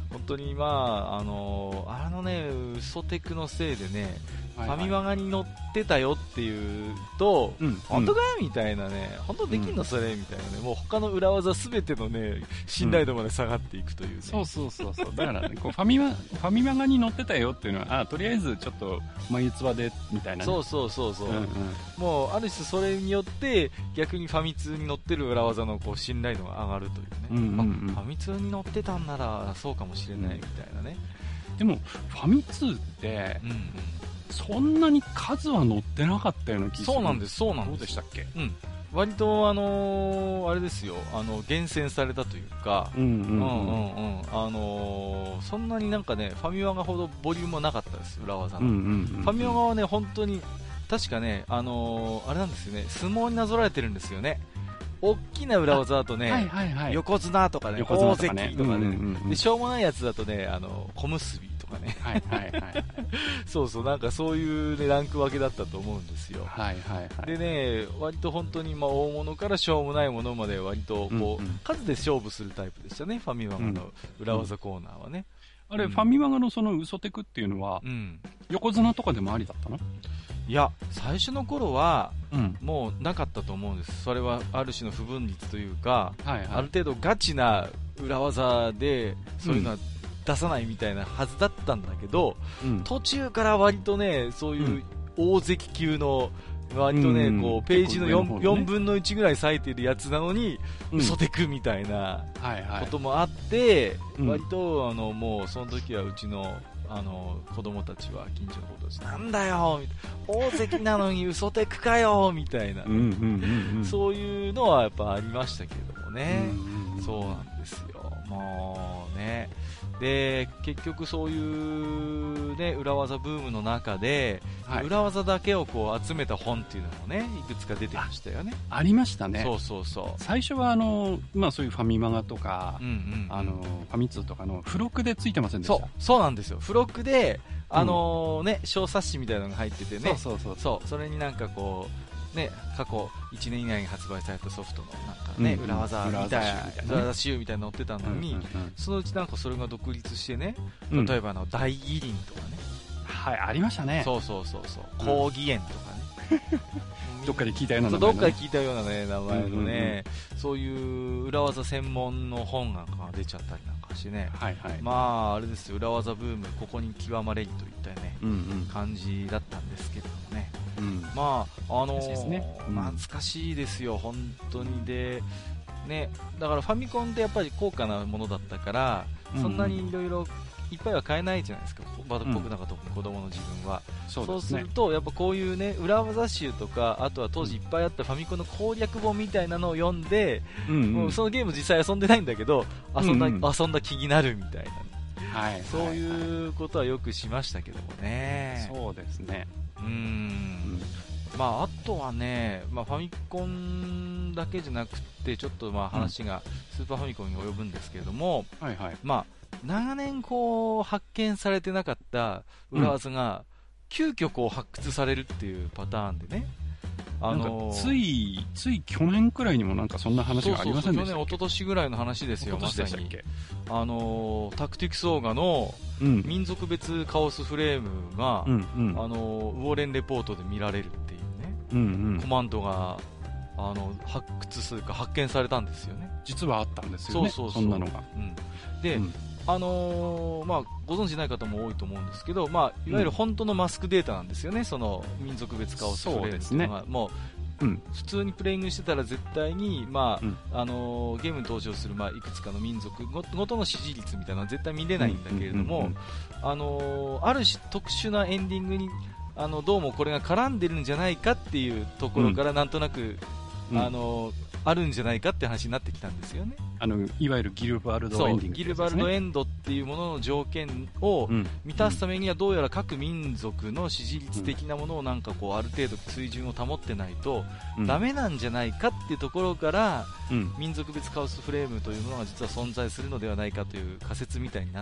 本当にまあ、あのー、あのね、ウソテクのせいでね、はいはい、ファミマガに乗ってたよっていうと、うん、本当かよみたいなね、本当できんのそれみたいなね、もう他の裏技すべてのね、信頼度まで下がっていくというね。うん、 そうそうそうそう。だからね、こうファミマ、ファミマガに乗ってたよっていうのは、あ、とりあえずちょっと眉唾で、みたいな、ね。 そうそうそうそう。うんうん、もう、ある種それによって、逆にファミ通に乗ってる裏技のこう信頼度が上がるというね。うんうんうん、ファミ通に乗ってたんなら、そうかもしれないみたいなね。 でも、ファミ通って、うんうん、そんなに数は乗ってなかったような気がする。 そうなんです、そうなんです。 どうでしたっけ？ うん。割と、あのー、あれですよ、あの、厳選されたというか、うんうんうん、うんうんうん、あのー、そんなになんかね、ファミマガほどボリュームはなかったです、裏技の。うんうんうんうん、ファミマガはね、本当に、確かね、あのー、あれなんですよね、相撲になぞらえてるんですよね。大きな裏技だとね、はいはいはい、横綱とかね、大関とかね、うんうんうん、で、しょうもないやつだとね、あの、小結びとかね、はいはいはい、そうそう、なんかそういう、ね、ランク分けだったと思うんですよ。はいはいはい、でね、割と本当にまあ大物からしょうもないものまで割とこう、うんうん、数で勝負するタイプでしたね、ファミマガの裏技コーナーはね。 うんうん、あれ、うん、ファミマガのその嘘テクっていうのは、うん、横綱とかでもありだったの？ いや、最初の頃は、うん、もうなかったと思うんです。それはある種の不分率というか、はいはい、ある程度ガチな裏技でそういうのは出さないみたいなはずだったんだけど、うん、途中から割とね、そういう大関級の割とね、うん、こうページの 4, ね、よんぶんのいちぐらい割いてるやつなのに、うん、嘘テクみたいなこともあって、はいはい、割とあのもうその時はうちのあの子供たちは近所の子たちなんだよ大関なのに嘘テクかよみたいな、うんうんうんうん、そういうのはやっぱありましたけどもね、うんうんうん、そうなんですよ。もうね、で結局そういう、ね、裏技ブームの中で、はい、裏技だけをこう集めた本っていうのもねいくつか出てましたよね。 あ, ありましたね。 そうそうそう。 最初はあの、まあ、そういうファミマガとか、うんうんうん、あのファミ通とかの付録でついてませんでした？ そうそうなんですよ。付録であのー、ね、小冊子みたいなのが入っててね、そうそうそうそう、それになんかこうね、過去いちねん以内に発売されたソフトのなんかね、うんうん、裏技みたいな裏技集みたいなの載ってたのに、うんうんうん、そのうちなんかそれが独立してね、例えばあの大義林とかね、 はい、ありましたね。 そうそうそうそう、講義園とかね、 うん、どっかで聞いたような名前の、どっかで聞いたようなね名前のね、うんうんうん、そういう裏技専門の本が出ちゃったりなんかしてね、はいはい、まああれですよ、裏技ブームここに極まれりといったね、うんうん、感じだったんですけれどもね、うん、まああのーねうん、懐かしいですよ本当に。でね、だからファミコンってやっぱり高価なものだったから、うんうん、そんなにいろいろいっぱいは買えないじゃないですか、僕なんか特に子供の自分は、うん、そうですね、そうするとやっぱこういうね裏技集とか、あとは当時いっぱいあったファミコンの攻略本みたいなのを読んで、うんうん、もうそのゲーム実際遊んでないんだけど遊んだ、うんうん、遊んだ気になるみたいな、ね、はい、そういうことはよくしましたけどもね。 そうですね。 うーん、うん、まあ、あとはね、まあ、ファミコンだけじゃなくてちょっとまあ話がスーパーファミコンに及ぶんですけれども、うん、はいはい、まあ、長年こう発見されてなかった裏技が急遽こう発掘されるっていうパターンでね、 あのー、ついつい去年くらいにもなんかそんな話がありませんでしたっけ？そうそうそう、去年一昨年ぐらいの話ですよ。まさにあのー、タクティクスオーガの民族別カオスフレームが、うんうん、あのー、ウォーレンレポートで見られるっていうね、うんうん、コマンドがあの発掘するか発見されたんですよね。 実はあったんですよね。そうそうそう、そんなのが、 うん、で、うん、あのーまあ、ご存知ない方も多いと思うんですけど、まあ、いわゆる本当のマスクデータなんですよね、うん、その民族別カオスフレームっていうのは、ね、もう、うん、普通にプレイングしてたら絶対に、まあ、うん、あのー、ゲームに登場する、まあ、いくつかの民族ごとの支持率みたいなのは絶対見れないんだけれども、あのー、ある種特殊なエンディングにあのどうもこれが絡んでるんじゃないかっていうところからなんとなく、うん、あのーあるんじゃないかって話になってきたんですよね。 あのいわゆるギルバルドエンディング、ね、 ギルバルドエンドっていうものの条件を満たすためにはどうやら各民族の支持率的なものをなんかこうある程度水準を保ってないとダメなんじゃないかっていうところから、うん、民族別カオスフレームというものが実は存在するのではないかという仮説みたいになって、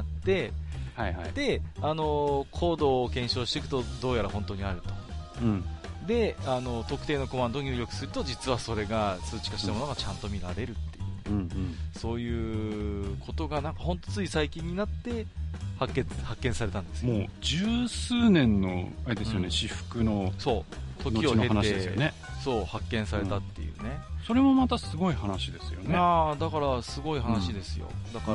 はいはい、で、あのコードを検証していくとどうやら本当にあると、うん、であの特定のコマンドを入力すると実はそれが数値化したものがちゃんと見られるっていう、 うんうん、 そういうことがなんか本当つい最近になって発見、発見されたんですよ。 もう十数年のあれですよね、うん、至福のそう時を経て話ですよね。 そう発見されたっていうね、 うん、それもまたすごい話ですよね。 あだからすごい話ですよ、うん、だから、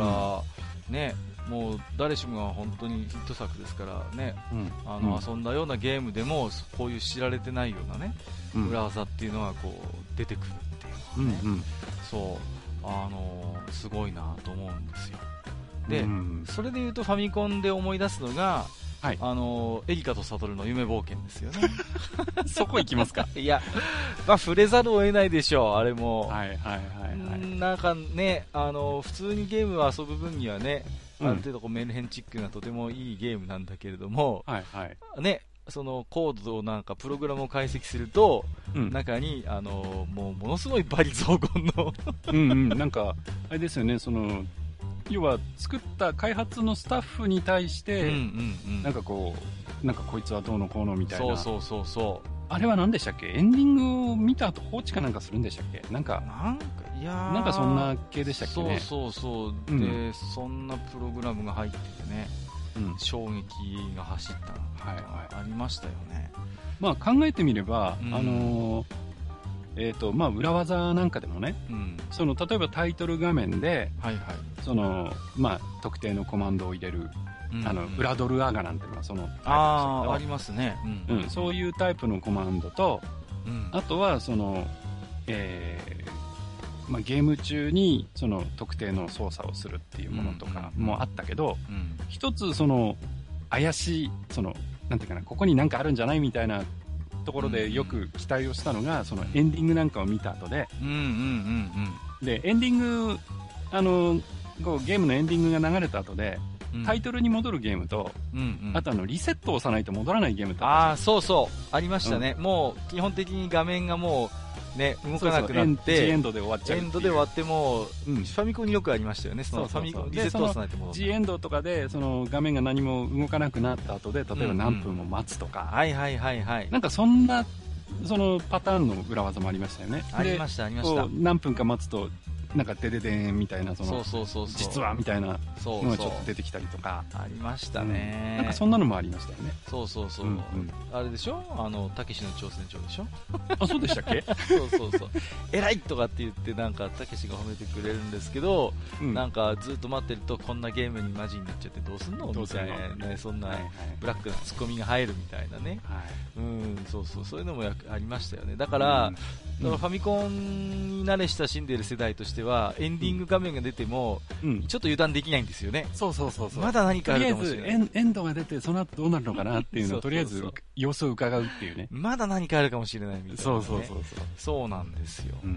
うん、ねもう誰しもが本当にヒット作ですからね、うん、あの、うん、遊んだようなゲームでもこういう知られてないようなね、うん、裏技っていうのがこう出てくるっていうのがね、うんうん、そうあのー、すごいなと思うんですよ。で、うん、それでいうとファミコンで思い出すのが、はい、あのエリカとサトルの夢冒険ですよね。 そこ行きますか？ いや、まあ、触れざるを得ないでしょう、あれも。 はいはいはいはい、 なんかね、あの普通にゲームを遊ぶ分にはね、ある程度こうメルヘンチックなとてもいいゲームなんだけれども、 はいはいね、そのコードをなんかプログラムを解析すると、うん、中にあのもうものすごい罵詈雑言のうん、うん、なんかあれですよね、その要は作った開発のスタッフに対して、うんうんうん、なんかこうなんかこいつはどうのこうのみたいな、 そうそうそうそう、 あれは何でしたっけ、エンディングを見た後放置かなんかするんでしたっけ、なんかなんかいやなんかそんな系でしたっけね。 そうそうそう、うん、でそんなプログラムが入っててね、うん、衝撃が走ったのがありましたよね、はいはい、 まあ考えてみれば、うん、あのーえーとまあ、裏技なんかでもね、うん、その例えばタイトル画面で、はいはい、そのまあ、特定のコマンドを入れる、うんうん、あの裏ドルアガなんていうのはそのタイプですけど、 あ、ありますね、 うんうん、そういうタイプのコマンドと、うん、あとはその、えーまあ、ゲーム中にその特定の操作をするっていうものとかもあったけど、うんうんうん、一つその怪しいそのなんていうかな、ここに何かあるんじゃないみたいなところでよく期待をしたのが、そのエンディングなんかを見た後で、うんうんうんうん、でエンディングあのこうゲームのエンディングが流れた後で、うん、タイトルに戻るゲームと、うんうん、あとあのリセットを押さないと戻らないゲームとああそうそうありましたね、うん、もう基本的に画面がもうね動かなくなって、 Gエンドで終わっちゃう、 エンドで終わっても、うん、ファミコンによくありましたよね、そのファミコンリセットを押さないと戻らない。 G エンドとかでその画面が何も動かなくなった後で例えば何分も待つとか、 うんうん、はいはいはいはい、 なんかそんなそのパターンの裏技もありましたよね。 ありましたありました。 何分か待つとなんかデデデンみたいな、その実はみたいなのがちょっと出てきたりとかありましたね、 うん、なんかそんなのもありましたよね。 そうそうそう、うんうん、あれでしょ、あのたけしの挑戦状でしょ。 あ、そうでしたっけ。 そうそうそう、偉いとかって言ってなんかたけしが褒めてくれるんですけど、うん、なんかずっと待ってるとこんなゲームにマジになっちゃってどうすんのみたいなね、そんなブラックなツッコミが入るみたいなね、はい、うんそうそうそういうのもやありましたよね。だから、うん、だからファミコンに慣れ親しんでいる世代としてはエンディング画面が出ても、うん、ちょっと油断できないんですよね。 そうそうそうそう、 まだ何かあるかもしれない。 とりあえずエンドが出てその後どうなるのかなっていうのをとりあえず様子を伺うっていうね。 まだ何かあるかもしれないみたいな、ね、 そうそうそうそう、 そうなんですよ、うん、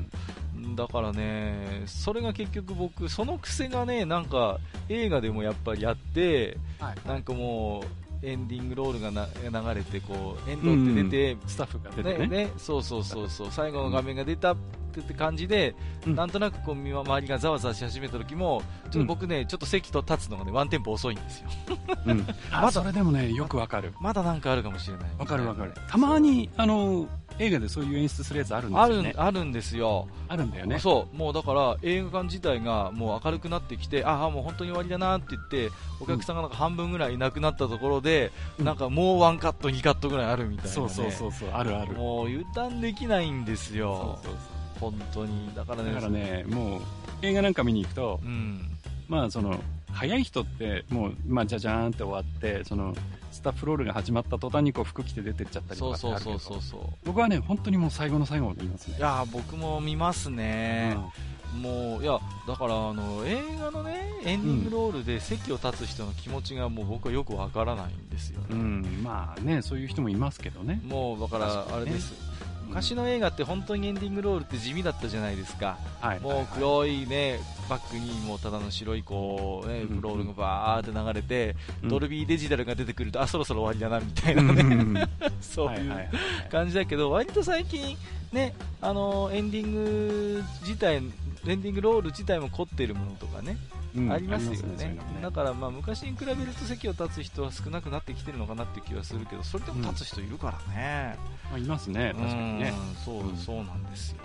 だからねそれが結局僕その癖がねなんか映画でもやっぱりあって、はい、なんかもうエンディングロールがな流れてこうエンドって出て、 うん、スタッフが出てね、 ねね、そうそうそうそう、最後の画面が出たって感じで、うん、なんとなくこう周りがざわざわし始めた時もちょっと僕ね、うん、ちょっと席と立つのがねワンテンポ遅いんですよ、 うん、まだそれでもねよくわかる、 まだなんかあるかもしれない、 わかるわかる、たまにあの映画でそういう演出するやつあるんですよね。 ある、あるんですよ。 あるんだよね。 そう、もうだから映画館自体がもう明るくなってきて、ああもう本当に終わりだなって言ってお客さんがなんか半分ぐらいいなくなったところで、うん、なんかもうワンカットにカットぐらいあるみたいな、ね、 そうそうそうそう、あるある。 もう油断できないんですよ。そうそうそう、本当にだからね。 だからね、もう映画なんか見に行くと、うん、まあその早い人ってもうまあじゃじゃーんって終わってそのスタッフロールが始まった途端にこう服着て出てっちゃったりとかってあるけど、そうそうそうそう、僕はね本当にもう最後の最後まで見ますね。 いや僕も見ますね、うん、もういやだからあの映画のねエンディングロールで席を立つ人の気持ちがもう僕はよくわからないんですよね、うん、 まあねそういう人もいますけどね。 もうだからあれです、昔の映画って本当にエンディングロールって地味だったじゃないですか、はい、もう黒い、ね、バックにもうただの白いこう、ね、ロールがバーって流れて、うん、ドルビーデジタルが出てくるとあそろそろ終わりだなみたいなね、うん、そういう感じだけど割と最近、ね、あのエンディング自体エンディングロール自体も凝っているものとかね、うん、ありますよ ね, すね, ねだからまあ昔に比べると席を立つ人は少なくなってきてるのかなっていう気はするけどそれでも立つ人いるからね、 うん、まあ、いますね確かにね、 そう、うん、そうなんですよ。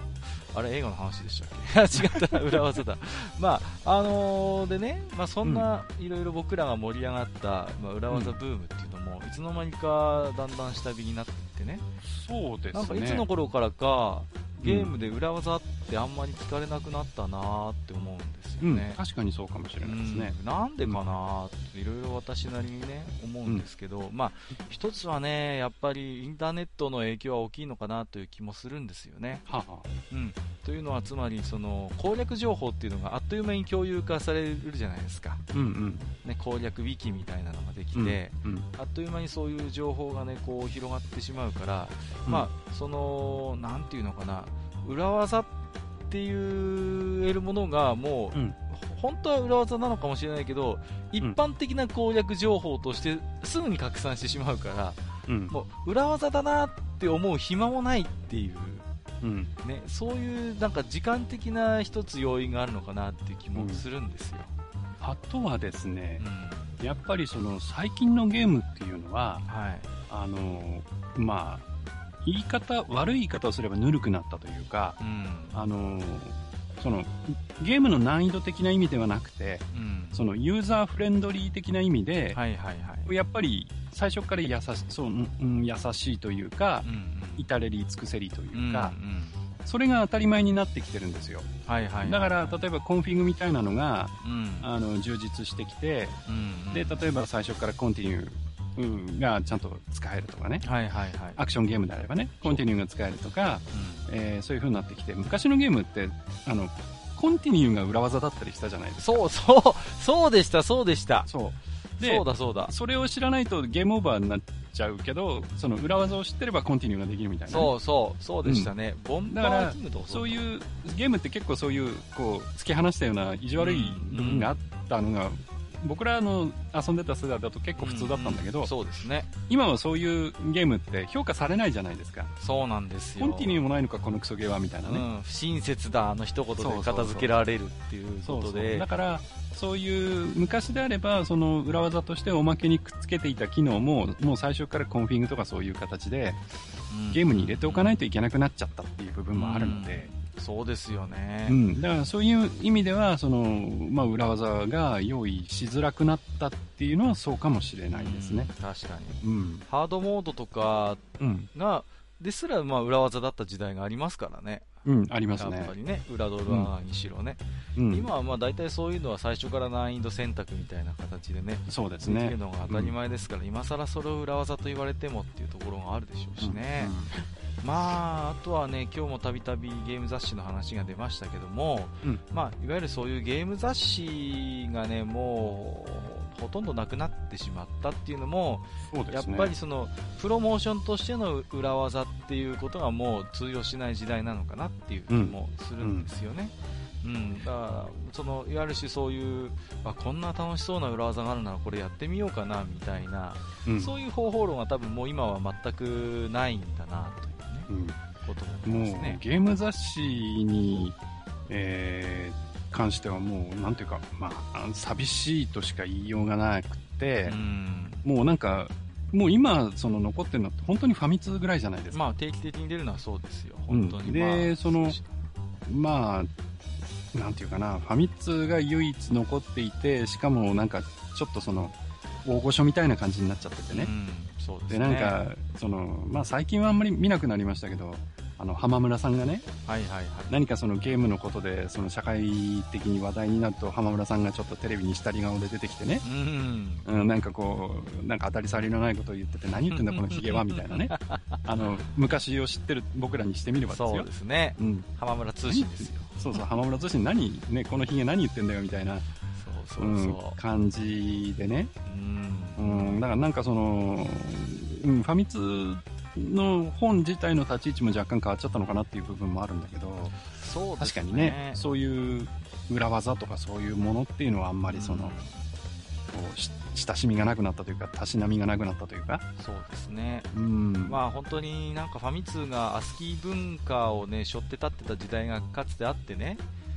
あれ映画の話でしたっけ違った裏技だまああのー、でね、まあ、そんないろいろ僕らが盛り上がった、まあ、裏技ブームっていうのも、うん、いつの間にかだんだん下火になっていってね。 そうですね。 なんかいつの頃からかゲームで裏技ってあんまり聞かれなくなったなーって思うんですよね、 うん、確かにそうかもしれないですね、 うん、なんでかなーっていろいろ私なりにね思うんですけど、うん、まあ一つはねやっぱりインターネットの影響は大きいのかなという気もするんですよね。 はは、 うん、というのはつまりその攻略情報っていうのがあっという間に共有化されるじゃないですか、 うんうんね、攻略ウィキみたいなのができて、うんうん、あっという間にそういう情報がねこう広がってしまうから、うん、まあそのなんていうのかな裏技って言えるものがもう、うん、本当は裏技なのかもしれないけど、一般的な攻略情報としてすぐに拡散してしまうから、うん、もう裏技だなって思う暇もないっていう、うんね、そういうなんか時間的な一つ要因があるのかなっていう気もするんですよ、 うん、あとはですね、うん、やっぱりその最近のゲームっていうのは、はい、あのまあ言い方悪い言い方をすればぬるくなったというか、うん、あのそのゲームの難易度的な意味ではなくて、うん、そのユーザーフレンドリー的な意味で、はいはいはい、やっぱり最初から優しそう、うん、優しいというか、うんうん、至れり尽くせりというか、うんうん、それが当たり前になってきてるんですよ、はいはいはいはい、だから例えばコンフィグみたいなのが、うん、あの充実してきて、うんうん、で例えば最初からコンティニューがちゃんと使えるとかね、はいはいはい、アクションゲームであればねコンティニューが使えるとか、うんえー、そういう風になってきて、昔のゲームってあのコンティニューが裏技だったりしたじゃないですか。 そうそうそうでしたそうでしたそうでそうだそうだそれを知らないとゲームオーバーになっちゃうけど、その裏技を知ってればコンティニューができるみたいな、ね、 そうそうそうでしたね、うん、ボンバーキングとかそういうゲームって結構そういうこう突き放したような意地悪い部分があったのが、うんうん僕らの遊んでた世代だと結構普通だったんだけど、うんうん、 そうですね、 今はそういうゲームって評価されないじゃないですか。 そうなんですよ。 コンティニューもないのかこのクソゲーはみたいなね、うん、 不親切だあの一言で片付けられるっていうことで、 そうそうそうだからそういう昔であればその裏技としておまけにくっつけていた機能ももう最初からコンフィグとかそういう形でゲームに入れておかないといけなくなっちゃったっていう部分もあるので、 うんそうですよね、 うん、だからそういう意味ではその、まあ、裏技が用意しづらくなったっていうのはそうかもしれないですね、 うん、確かに、うん、ハードモードとかが、うん、ですらまあ裏技だった時代がありますからね、 うん、ありますねやっぱりね裏ドラにしろね、うん、今はまあ大体そういうのは最初から難易度選択みたいな形でねそうですねできるのが当たり前ですから、うん、今更それを裏技と言われてもっていうところがあるでしょうしね、うんうんまあ、あとはね今日もたびたびゲーム雑誌の話が出ましたけども、うんまあ、いわゆるそういうゲーム雑誌がねもうほとんどなくなってしまったっていうのもそうです、ね、やっぱりそのプロモーションとしての裏技っていうことがもう通用しない時代なのかなっていう気もするんですよね、うんうん、だからそのいわゆるしそういうあこんな楽しそうな裏技があるならこれやってみようかなみたいな、うん、そういう方法論は多分もう今は全くないんだなとうん、こともね、 もうゲーム雑誌に、えー、関してはもうなんていうか、まあ、寂しいとしか言いようがなくて、うん、もうなんかもう今その残ってるのって本当にファミ通ぐらいじゃないですか。 まあ定期的に出るのはそうですよ本当に、うん、 で、まあ、そのまあなんていうかなファミ通が唯一残っていてしかもなんかちょっとその大御所みたいな感じになっちゃっててね、うんそうですね、でなんかその、まあ、最近はあんまり見なくなりましたけどあの浜村さんがね、はいはいはい、何かそのゲームのことでその社会的に話題になると浜村さんがちょっとテレビに下り顔で出てきてね、うんうん、なんかこうなんか当たり障りのないことを言ってて何言ってんだこのヒゲはみたいなねあの昔を知ってる僕らにしてみればですよ。 そうですね、うん、浜村通信ですよ。 そうそう浜村通信何、ね、このヒゲ何言ってんだよみたいなそうそうそう、うん、感じでね、うん、うん、だからなんかその、うん、ファミ通の本自体の立ち位置も若干変わっちゃったのかなっていう部分もあるんだけど、そうですね、確かにねそういう裏技とかそういうものっていうのはあんまりその、うん、こう親しみがなくなったというかたしなみがなくなったというかそうですね、うん、まあ本当になんかファミ通がアスキー文化をね背負って立ってた時代がかつてあってね、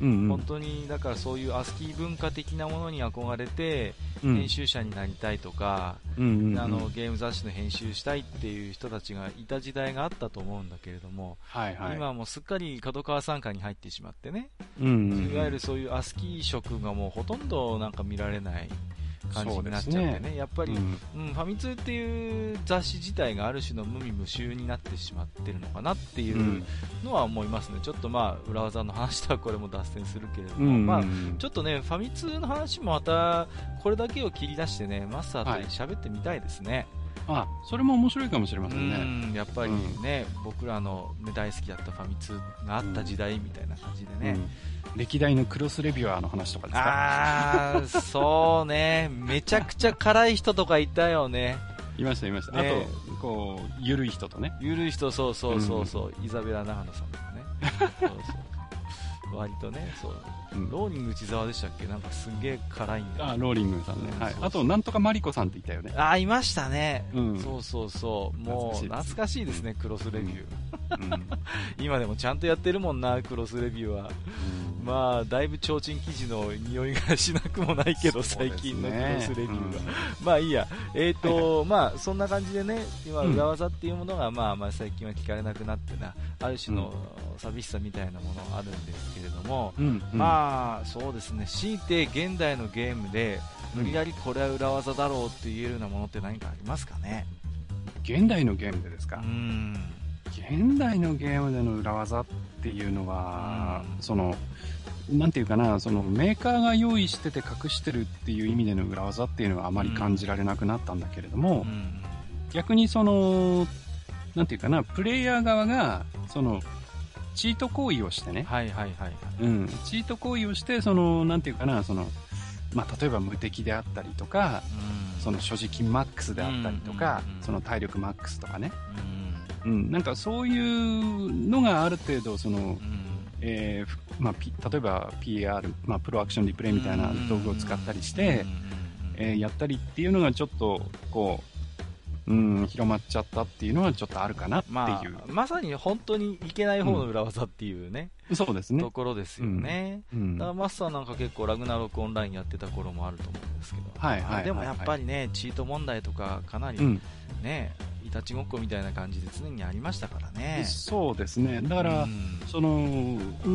うんうん、本当にだからそういうアスキー文化的なものに憧れて、うん、編集者になりたいとか、うんうんうん、あのゲーム雑誌の編集したいっていう人たちがいた時代があったと思うんだけれども、はいはい、今はもうすっかり角川傘下に入ってしまってね、うんうんうん、いわゆるそういうアスキー色がもうほとんどなんか見られない感じになっちゃってね、ねやっぱり、うんうん、ファミ通っていう雑誌自体がある種の無味無臭になってしまってるのかなっていうのは思いますね、うん、ちょっとまあ裏技の話とはこれも脱線するけれども、うんうん、まあ、ちょっとねファミ通の話もまたこれだけを切り出してねマスターと喋ってみたいですね、 はい、あそれも面白いかもしれませんね。 うんやっぱりね、うん、僕らの、ね、大好きだったファミ通があった時代みたいな感じでね、うん歴代のクロスレビュアーの話とかですか。 ああそうねめちゃくちゃ辛い人とかいたよね。 いましたいました、ね、あとこうゆるい人とねゆるい人そうそうそうそう、うん、イザベラ長野さんとかねそうそう割とねそう、うん、ローリング内沢でしたっけなんかすげえ辛いんだよ、 ね、あローリングさんね、うんはい、そうそうあとなんとかマリコさんっていたよね。 あいましたね、うん、そうそうそうもう懐かしいですね、うん、クロスレビュー、うん、今でもちゃんとやってるもんなクロスレビューは、うん、まあだいぶ提灯記事の匂いがしなくもないけど、ね、最近のクロスレビューは、うん、まあいいやえーとまあそんな感じでね今裏技っていうものが、まあ、まあ最近は聞かれなくなってなある種の寂しさみたいなものがあるんですけれども、うんうん、まあそうですね強いて現代のゲームで無理やりこれは裏技だろうって言えるようなものって何かありますかね。 現代のゲームでですか。うん現代のゲームでの裏技っていうのは、うん、そのなんていうかなそのメーカーが用意してて隠してるっていう意味での裏技っていうのはあまり感じられなくなったんだけれども、うん、逆にそのなんていうかなプレイヤー側がそのチート行為をしてね、はいはいはい、うん、チート行為をしてそのなんていうかなそのまあ例えば無敵であったりとか、うん、その所持金マックスであったりとか、うんうんうん、その体力マックスとかね、うん、うん、なんかそういうのがある程度その、うんえーまあ、P、例えば ピーアール、まあ、プロアクションリプレイみたいな道具を使ったりして、えー、やったりっていうのがちょっとこううん、広まっちゃったっていうのはちょっとあるかなっていう、まあ、まさに本当にいけない方の裏技っていうね、 うん、そうですねところですよね、うん、だからマスターなんか結構ラグナロクオンラインやってた頃もあると思うんですけど、はいはいはいはい、でもやっぱりねチート問題とかかなりね、うん、いたちごっこみたいな感じで常にありましたからね。 そうですねだから、うん、その、うん、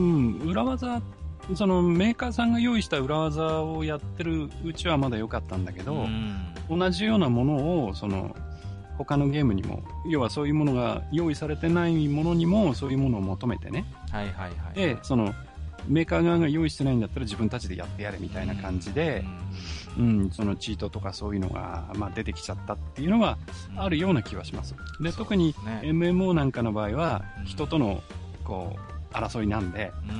裏技そのメーカーさんが用意した裏技をやってるうちはまだ良かったんだけど、うん、同じようなものをその他のゲームにも要はそういうものが用意されてないものにもそういうものを求めてね、はいはいはい、でそのメーカー側が用意してないんだったら自分たちでやってやれみたいな感じで、うん、うん、そのチートとかそういうのが、まあ、出てきちゃったっていうのはあるような気はします。で特に エムエムオー なんかの場合は人とのこう争いなんで、うん、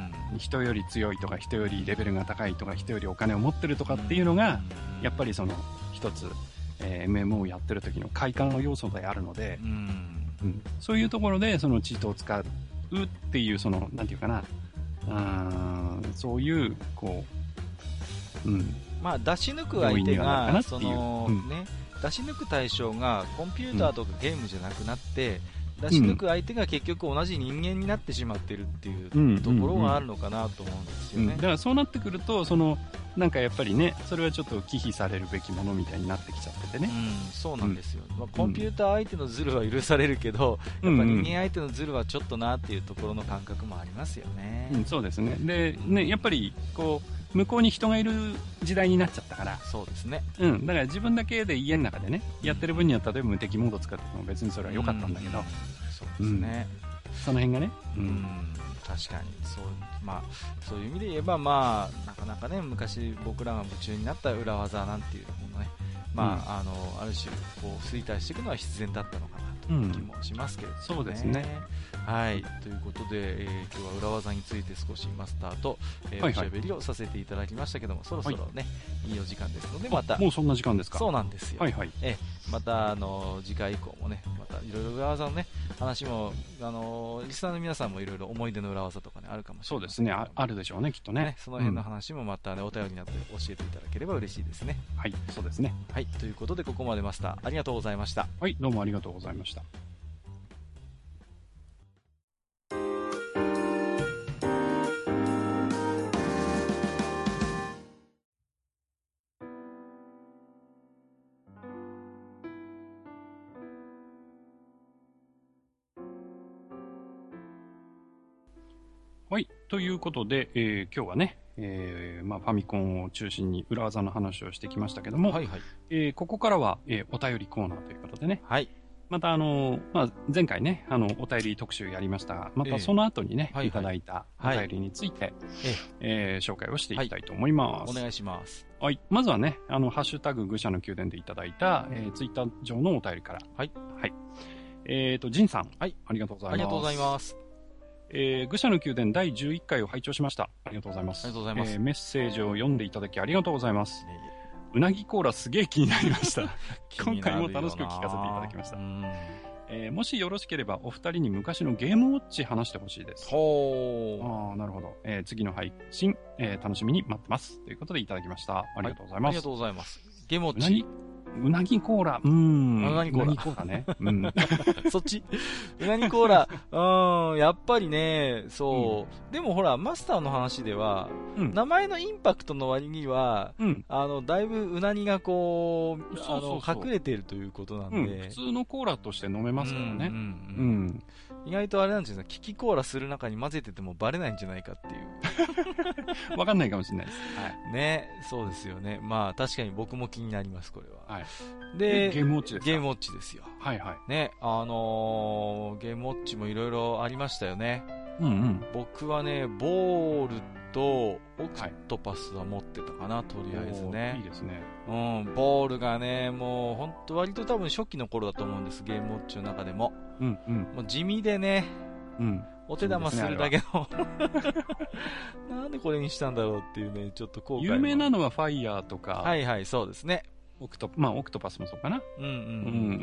人より強いとか人よりレベルが高いとか人よりお金を持ってるとかっていうのがやっぱりその一つえー、エムエムオー をやってる時の快感の要素であるので、うんうん、そういうところでそのチートを使うっていうそのなんていうかなあそういうこう、うん、 まあ出し抜く相手がその、うんね、出し抜く対象がコンピューターとかゲームじゃなくなって、うん、出し抜く相手が結局同じ人間になってしまってるっていうところがあるのかなと思うんですよね、うんうんうん、 だからそうなってくるとそのなんかやっぱりねそれはちょっと忌避されるべきものみたいになってきちゃっててね、 うん、そうなんですよ、うんまあ、コンピューター相手のズルは許されるけど、うん、やっぱ人間相手のズルはちょっとなっていうところの感覚もありますよね、 うん、そうですねでねやっぱりこう向こうに人がいる時代になっちゃったからそうですね、 うん、だから自分だけで家の中でねやってる分には例えば無敵モード使っても別にそれは良かったんだけど、うん、 そうですね、 うん、その辺がね、 うん、確かにそう、まあ、そういう意味で言えば、まあ、なかなかね昔僕らが夢中になった裏技なんていうものね、まあ、うん、あのある種こう衰退していくのは必然だったのかなという気もしますけれども、ね、 そうですね。 はい、ということで、えー、今日は裏技について少しマスターと、えーはいはい、おしゃべりをさせていただきましたけども、そろそろね、はい、いいお時間ですのでまたもうそんな時間ですか。 そうなんですよ、 はいはい、 えまたあの次回以降もねまたいろいろ裏技のね話もあのリスナーの皆さんもいろいろ思い出の裏技とかねあるかもしれない。 そうですね あ, あるでしょうねきっと ね, ねその辺の話もまたね、うん、お便りになって教えていただければ嬉しいですね。 はいそうですね。 はいということでここまでマスターありがとうございました。 はいどうもありがとうございました。 はい。ということで、えー、今日はね、えーまあ、ファミコンを中心に裏技の話をしてきましたけども、はいはい、えー、ここからは、えー、お便りコーナーということでね、はい、またあのーまあ、前回ねあのお便り特集やりましたが、またその後にね、えー、いただいたお便りについて、はいえー、紹介をしていきたいと思います、 はい、お願いします。 はい、まずはねあのハッシュタグ愚者の宮殿でいただいた、えー、ツイッター上のお便りから、はいはい、えーとジンさん、はい、ありがとうございます。 ありがとうございます。 えー、愚者の宮殿だいじゅういっかいを拝聴しました。ありがとうございます。 ありがとうございます。 えー、メッセージを読んでいただきありがとうございます。うなぎコーラすげえ気になりました。今回も楽しく聞かせていただきました。えー、もしよろしければお二人に昔のゲームウォッチ話してほしいです。 ほー。ああ、なるほど。えー、次の配信、えー、楽しみに待ってます。ということでいただきました。ありがとうございます。はい、 ありがとうございます。ゲームウォッチ。 うなぎコーラ、うーん。 うなぎコーラ。 うなぎコーラね。うん。 そっちうなぎコーラ、うん、やっぱりね、そう、うん。でもほら、マスターの話では、うん、名前のインパクトの割には、うん、あの、だいぶうなぎがこう、あの、隠れているということなんで、うん。 普通のコーラとして飲めますからね。うん。うんうん意外とあれなんですよ、キキコーラする中に混ぜててもバレないんじゃないかっていう。 わかんないかもしれないです。 はい。ね、そうですよね。まあ確かに僕も気になります、これは。 はい。 で、 ゲームウォッチですか？ ゲームウォッチですよ。 はいはい。 ね、あのー、ゲームウォッチもいろいろありましたよね。 うんうん。 僕はね、ボールとオクトパスは持ってたかな、はい、とりあえずね。 いいですね。 うん、ボールがね、もう本当割と多分初期の頃だと思うんです、ゲームウォッチの中でも。 うんうん。 もう地味でね、 うん。 お手玉するだけの、なんでこれにしたんだろうっていうね、ちょっと後悔。 有名なのはファイヤーとか。 はいはい、そうですね。 オクト、まあオクトパスもそうかな。 うんうん。うん、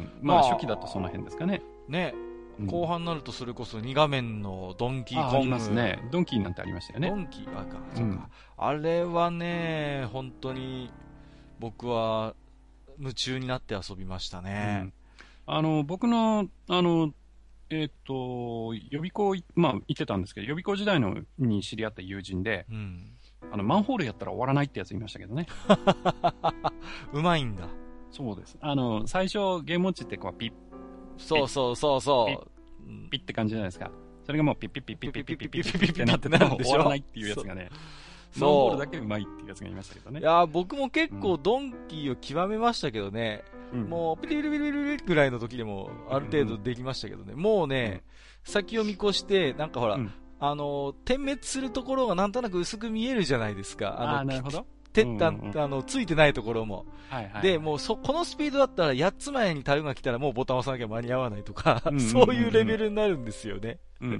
まあ初期だとその辺ですかね。 ね。後半になるとそれこそに画面のドンキーコング。ありますね。ドンキーなんてありましたよね。 ドンキー、あか、そうか。あれはね、本当に僕は夢中になって遊びましたね。 あの、僕の、あの、えっ、ー、と、予備校、まあ、行ってたんですけど、予備校時代のに知り合った友人で、うん、あの、マンホールやったら終わらないってやついましたけどね。 うまいんだ。 そうです。あの、最初、ゲームウォッチってこう、ピッ、 そうそうそうそう。 ピッ、ピッって感じじゃないですか。それがもうピッピッピッピッピッピッピッピッピッピッってなってたら終わらないっていうやつがね。マンホールだけうまいっていうやつがいましたけどね。 いや僕も結構ドンキーを極めましたけどね。うん、もう、ピリピリピリピリぐらいの時でも、ある程度できましたけどね。もうね、先を見越して、なんかほら、うん、あの、点滅するところがなんとなく薄く見えるじゃないですか。 あの、あなるほど。 てった、うんうん、あの、ついてないところも。はいはいはい、で、もうそ、このスピードだったらやっつまえにタルが来たらもうボタン押さなきゃ間に合わないとか、うんうんうんうん、そういうレベルになるんですよね。うんうん、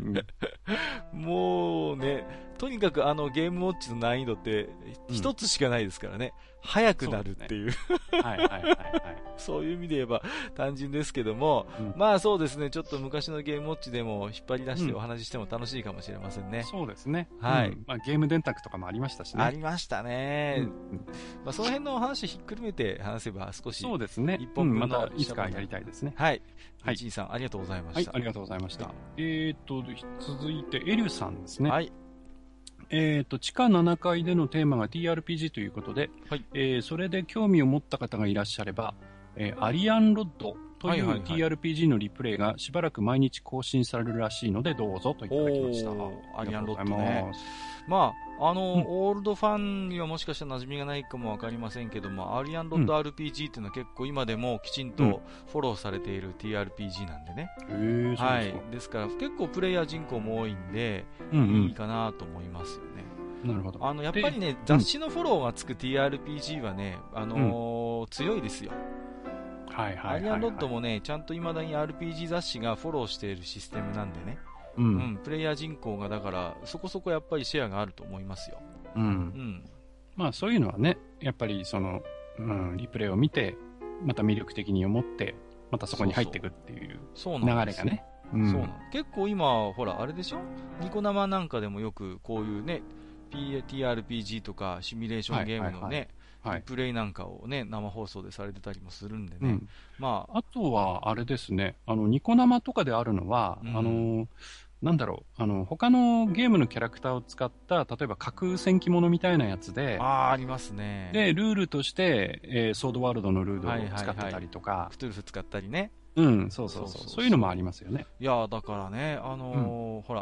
もうね、とにかくあのゲームウォッチの難易度って一つしかないですからね。うん、速くなるっていう。はいはいはいはい。そういう意味で言えば単純ですけども、うん、まあそうですね、ちょっと昔のゲームウォッチでも引っ張り出してお話ししても楽しいかもしれませんね。 うん、そうですね。 はい、 うん。まあゲーム電卓とかもありましたしね。 ありましたね。うん、まあその辺の話ひっくるめて話せば少し。 そうですね。一本分の、うん、またいつかやりたいですね。 はい。はい。いちさんありがとうございました。 はい、ありがとうございました。はい、えーと、続いてエリュさんですね。 はい。 えーと、地下ななかいでのテーマが ティーアールピージー ということで、はい、えー、それで興味を持った方がいらっしゃれば、えー、アリアンロッドという ティーアールピージー のリプレイがしばらく毎日更新されるらしいのでどうぞといただきました。 アリアンロッドね。まあ、あの、うん、オールドファンにはもしかしたら馴染みがないかもわかりませんけども、アリアンロッド アールピージー っていうのは結構今でもきちんとフォローされている ティーアールピージー なんでね。 へー、そうですか。 はい。ですから結構プレイヤー人口も多いんで、うんうん、いいかなと思いますよね。 なるほど。 あのやっぱりね、雑誌のフォローがつく ティーアールピージー はね、あのーうん、強いですよ。 はいはいはいはい、 アリアンロッドもね、ちゃんと未だに アールピージー 雑誌がフォローしているシステムなんでね、うん、うん、プレイヤー人口がだからそこそこやっぱりシェアがあると思いますよ。 うん。うん、まあそういうのはね、やっぱりその、うん、リプレイを見て、また魅力的に思って、またそこに入っていくっていう流れがね。 そうなん。結構今、ほら、あれでしょ？ニコ生なんかでもよくこういうね、ティーアールピージー とかシミュレーションゲームのね、はいはいはいはい、プレイなんかをね、生放送でされてたりもするんでね。うん、まあ、あとは、あれですね、あの、ニコ生とかであるのは、うん、あの、なんだろう、あの、他のゲームのキャラクターを使った、例えば架空戦記物みたいなやつで、 ああ、ありますね。 で、ルールとして、えー、ソードワールドのルールを使ってたりとか、はいはいはい、 クトゥルフ使ったりね。 うん、そうそうそう。そういうのもありますよね。 いや、だからね、あのーうん、ほら、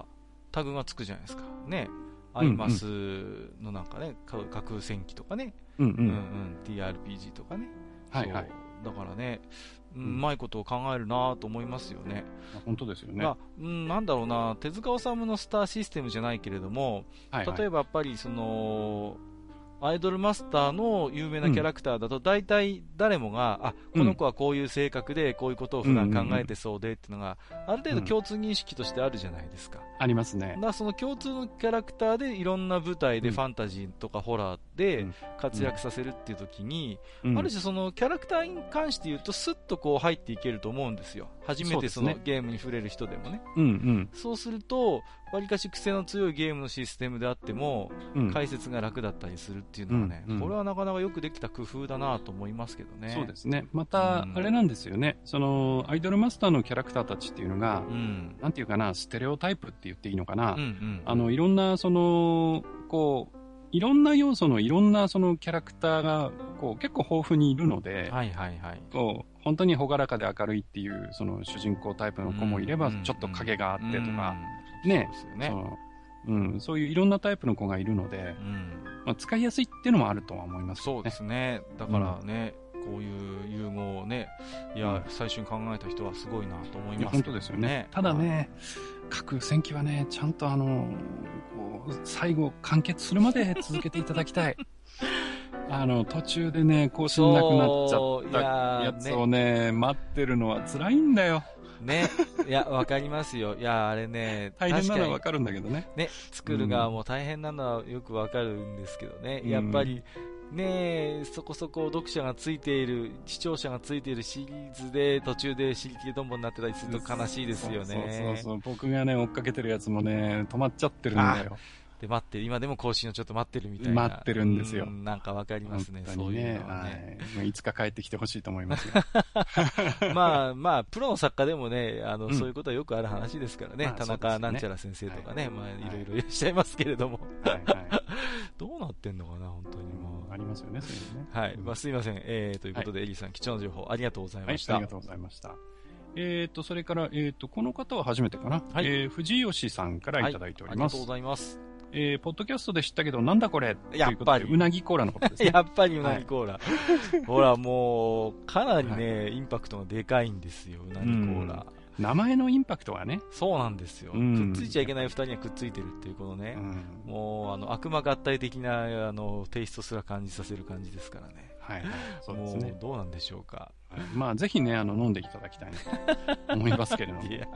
タグがつくじゃないですか。ね。アイマスのなんかね、架空戦記とかね。うんうん。うんうん。ティーアールピージー とかね。はいはい。だからね、うまいことを考えるなと思いますよね。 本当ですよね。 まあ、うん、なんだろうな、手塚治虫のスターシステムじゃないけれども、はいはい、例えばやっぱりその、アイドルマスターの有名なキャラクターだと、大体誰もが、うん、あ、この子はこういう性格で、こういうことを普段考えてそうでっていうのが、ある程度共通認識としてあるじゃないですか。うん、 ありますね。 だからその共通のキャラクターでいろんな舞台でファンタジーとかホラーで活躍させるっていう時に、うん、ある種そのキャラクターに関して言うと、スッとこう入っていけると思うんですよ。初めてそのゲームに触れる人でもね。うんうん、そうすると、わりかし癖の強いゲームのシステムであっても、うん、解説が楽だったりするっていうのはね、うんうん、これはなかなかよくできた工夫だなと思いますけどね。 そうですね。また、あれなんですよね。その、アイドルマスターのキャラクターたちっていうのが、うん、なんていうかな、ステレオタイプって言っていいのかな。うんうん、あの、いろんな、その、こう、いろんな要素のいろんなそのキャラクターが、こう、結構豊富にいるので、はいはいはい。こう、本当に朗らかで明るいっていう、その主人公タイプの子もいれば、うん、ちょっと影があってとか、うんね、そうですよね。その、うん、そういういろんなタイプの子がいるので、うん、まあ、使いやすいっていうのもあるとは思いますね。 そうですね。だからね、うん、こういう融合をね、いや、うん、最初に考えた人はすごいなと思います、ね。いや、 本当ですよね。ただね、各戦記はね、ちゃんとあの、こう最後完結するまで続けていただきたい。あの、途中でね、更新なくなっちゃったやつをね、ね待ってるのは辛いんだよ。 ね。いや、わかりますよ。いや、あれね、 大変なのはわかるんだけどね。 ね、作る側も大変なのはよくわかるんですけどね。うん、やっぱり、ね、そこそこ読者がついている、視聴者がついているシリーズで、途中で尻切れトンボになってたりすると悲しいですよね。 そうそうそう。僕がね、追っかけてるやつもね、止まっちゃってるんだよ。 で待ってる、今でも更新をちょっと待ってるみたいな。 待ってるんですよ。 うん、なんかわかりますね、そういうのはね。 はい、いつか帰ってきてほしいと思いますよ。 まあまあ、プロの作家でもね、あの、うん、そういうことはよくある話ですからね。まあ、田中なんちゃら先生とかね、はい、まあいろいろいらっしゃいますけれども。はいはい、どうなってんのかな、本当にもう。ありますよね、そういうのね。 はい。まあすいません。えー、ということで、エリーさん、貴重な情報ありがとうございました。 はい、ありがとうございました。えっと、それから、えっと、この方は初めてかな。はい、えー、藤吉さんからいただいております。はい、ありがとうございます。 えー、ポッドキャストで知ったけど、なんだこれやっぱり。うなぎコーラのことですね。 やっぱりうなぎコーラ。はい、ほら、もう、かなりね、はい、インパクトがでかいんですよ、うなぎコーラ。 名前のインパクトはね。 そうなんですよ。くっついちゃいけない二人にはくっついてるっていう、このね、うん、もう、あの、悪魔合体的な、あの、テイストすら感じさせる感じですからね。はい。そうですね。もう、どうなんでしょうか。 はい、まあ、ぜひね、あの、飲んでいただきたいなと思いますけれども。いや、はい。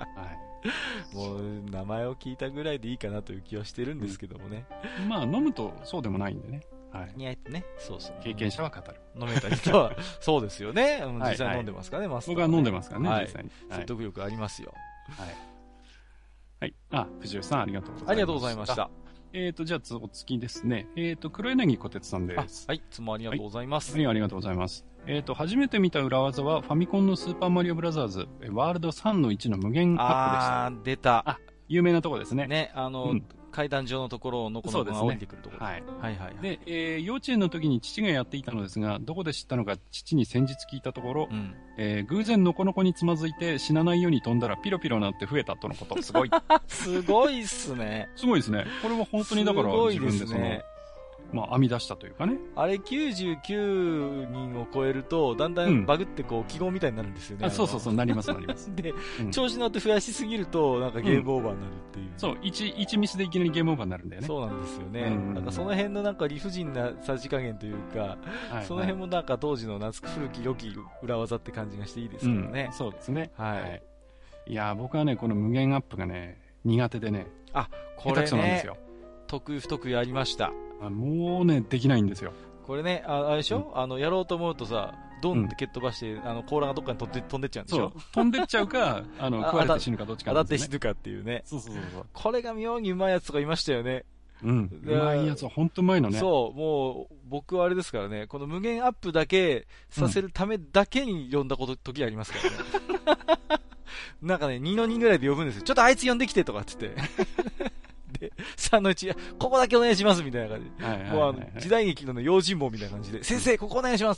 もう、名前を聞いたぐらいでいいかなという気はしてるんですけどもね。 うん、まあ、飲むとそうでもないんでね。はい。 にあえてね。そうそう。 経験者は語る。 飲めた人は、そうですよね。実際飲んでますからね、マスター。 僕は飲んでますからね、実際に。 説得力ありますよ。 はい。はい。あ、藤吉さんありがとうございました。 ありがとうございました。 えっと、じゃあ、お次ですね。えっと、黒柳小鉄さんです。 はい。いつもありがとうございます。 はい、ありがとうございます。えっと、初めて見た裏技は、ファミコンのスーパーマリオブラザーズ、ワールドさんのいちの無限アップでした。 あー、出た。 あ、有名なとこですね。 ね、あの、うん、階段上のところをのこのこが降りてくるところ。はい。はいはい。 で、えー、幼稚園の時に父がやっていたのですが、どこで知ったのか父に先日聞いたところ、うん、えー、偶然のこのこにつまずいて死なないように飛んだらピロピロなって増えたとのこと。すごい。 すごいっすね。 すごいですね。これは本当にだから自分でその、まあ、編み出したというかね。 あれきゅうじゅうきゅうにんを超えると、だんだんバグってこう、記号みたいになるんですよね。 あ、そうそうそう、なりますなります。 で、うん、調子乗って増やしすぎると、なんかゲームオーバーになるっていう。うん、 そう、1、1ミスでいきなりゲームオーバーになるんだよね。 そうなんですよね。うん、なんかその辺のなんか理不尽なさじ加減というか、はいはい、その辺もなんか当時の懐く古き良き裏技って感じがしていいですけどね。 うん、そうですね。はい。はい、いや、僕はね、この無限アップがね、苦手でね。 あ、これね、得意不得意ありました。 もうね、できないんですよ。 これね、あ, あれでしょ、うん、あの、やろうと思うとさ、ドンって蹴っ飛ばして、うん、あの、甲羅がどっかに飛んで飛んでっちゃうんでしょ。 そう。飛んでっちゃうか、あの、食われて死ぬかどっちかなんですね。当たって死ぬかっていうね。 そうそうそう。 これが妙にうまいやつとかいましたよね。 うん。うまいやつは本当うまいのね。 そう、もう、僕はあれですからね、この無限アップだけさせるためだけに呼んだこと、時ありますからね。なんかね、にのにぐらいで呼ぶんですよ。ちょっとあいつ呼んできてとかっつって。で、さんのうち、ここだけお願いしますみたいな感じで。はいはいはいはい、もうあの、時代劇の、ね、用心棒みたいな感じで、先生、ここお願いしますって。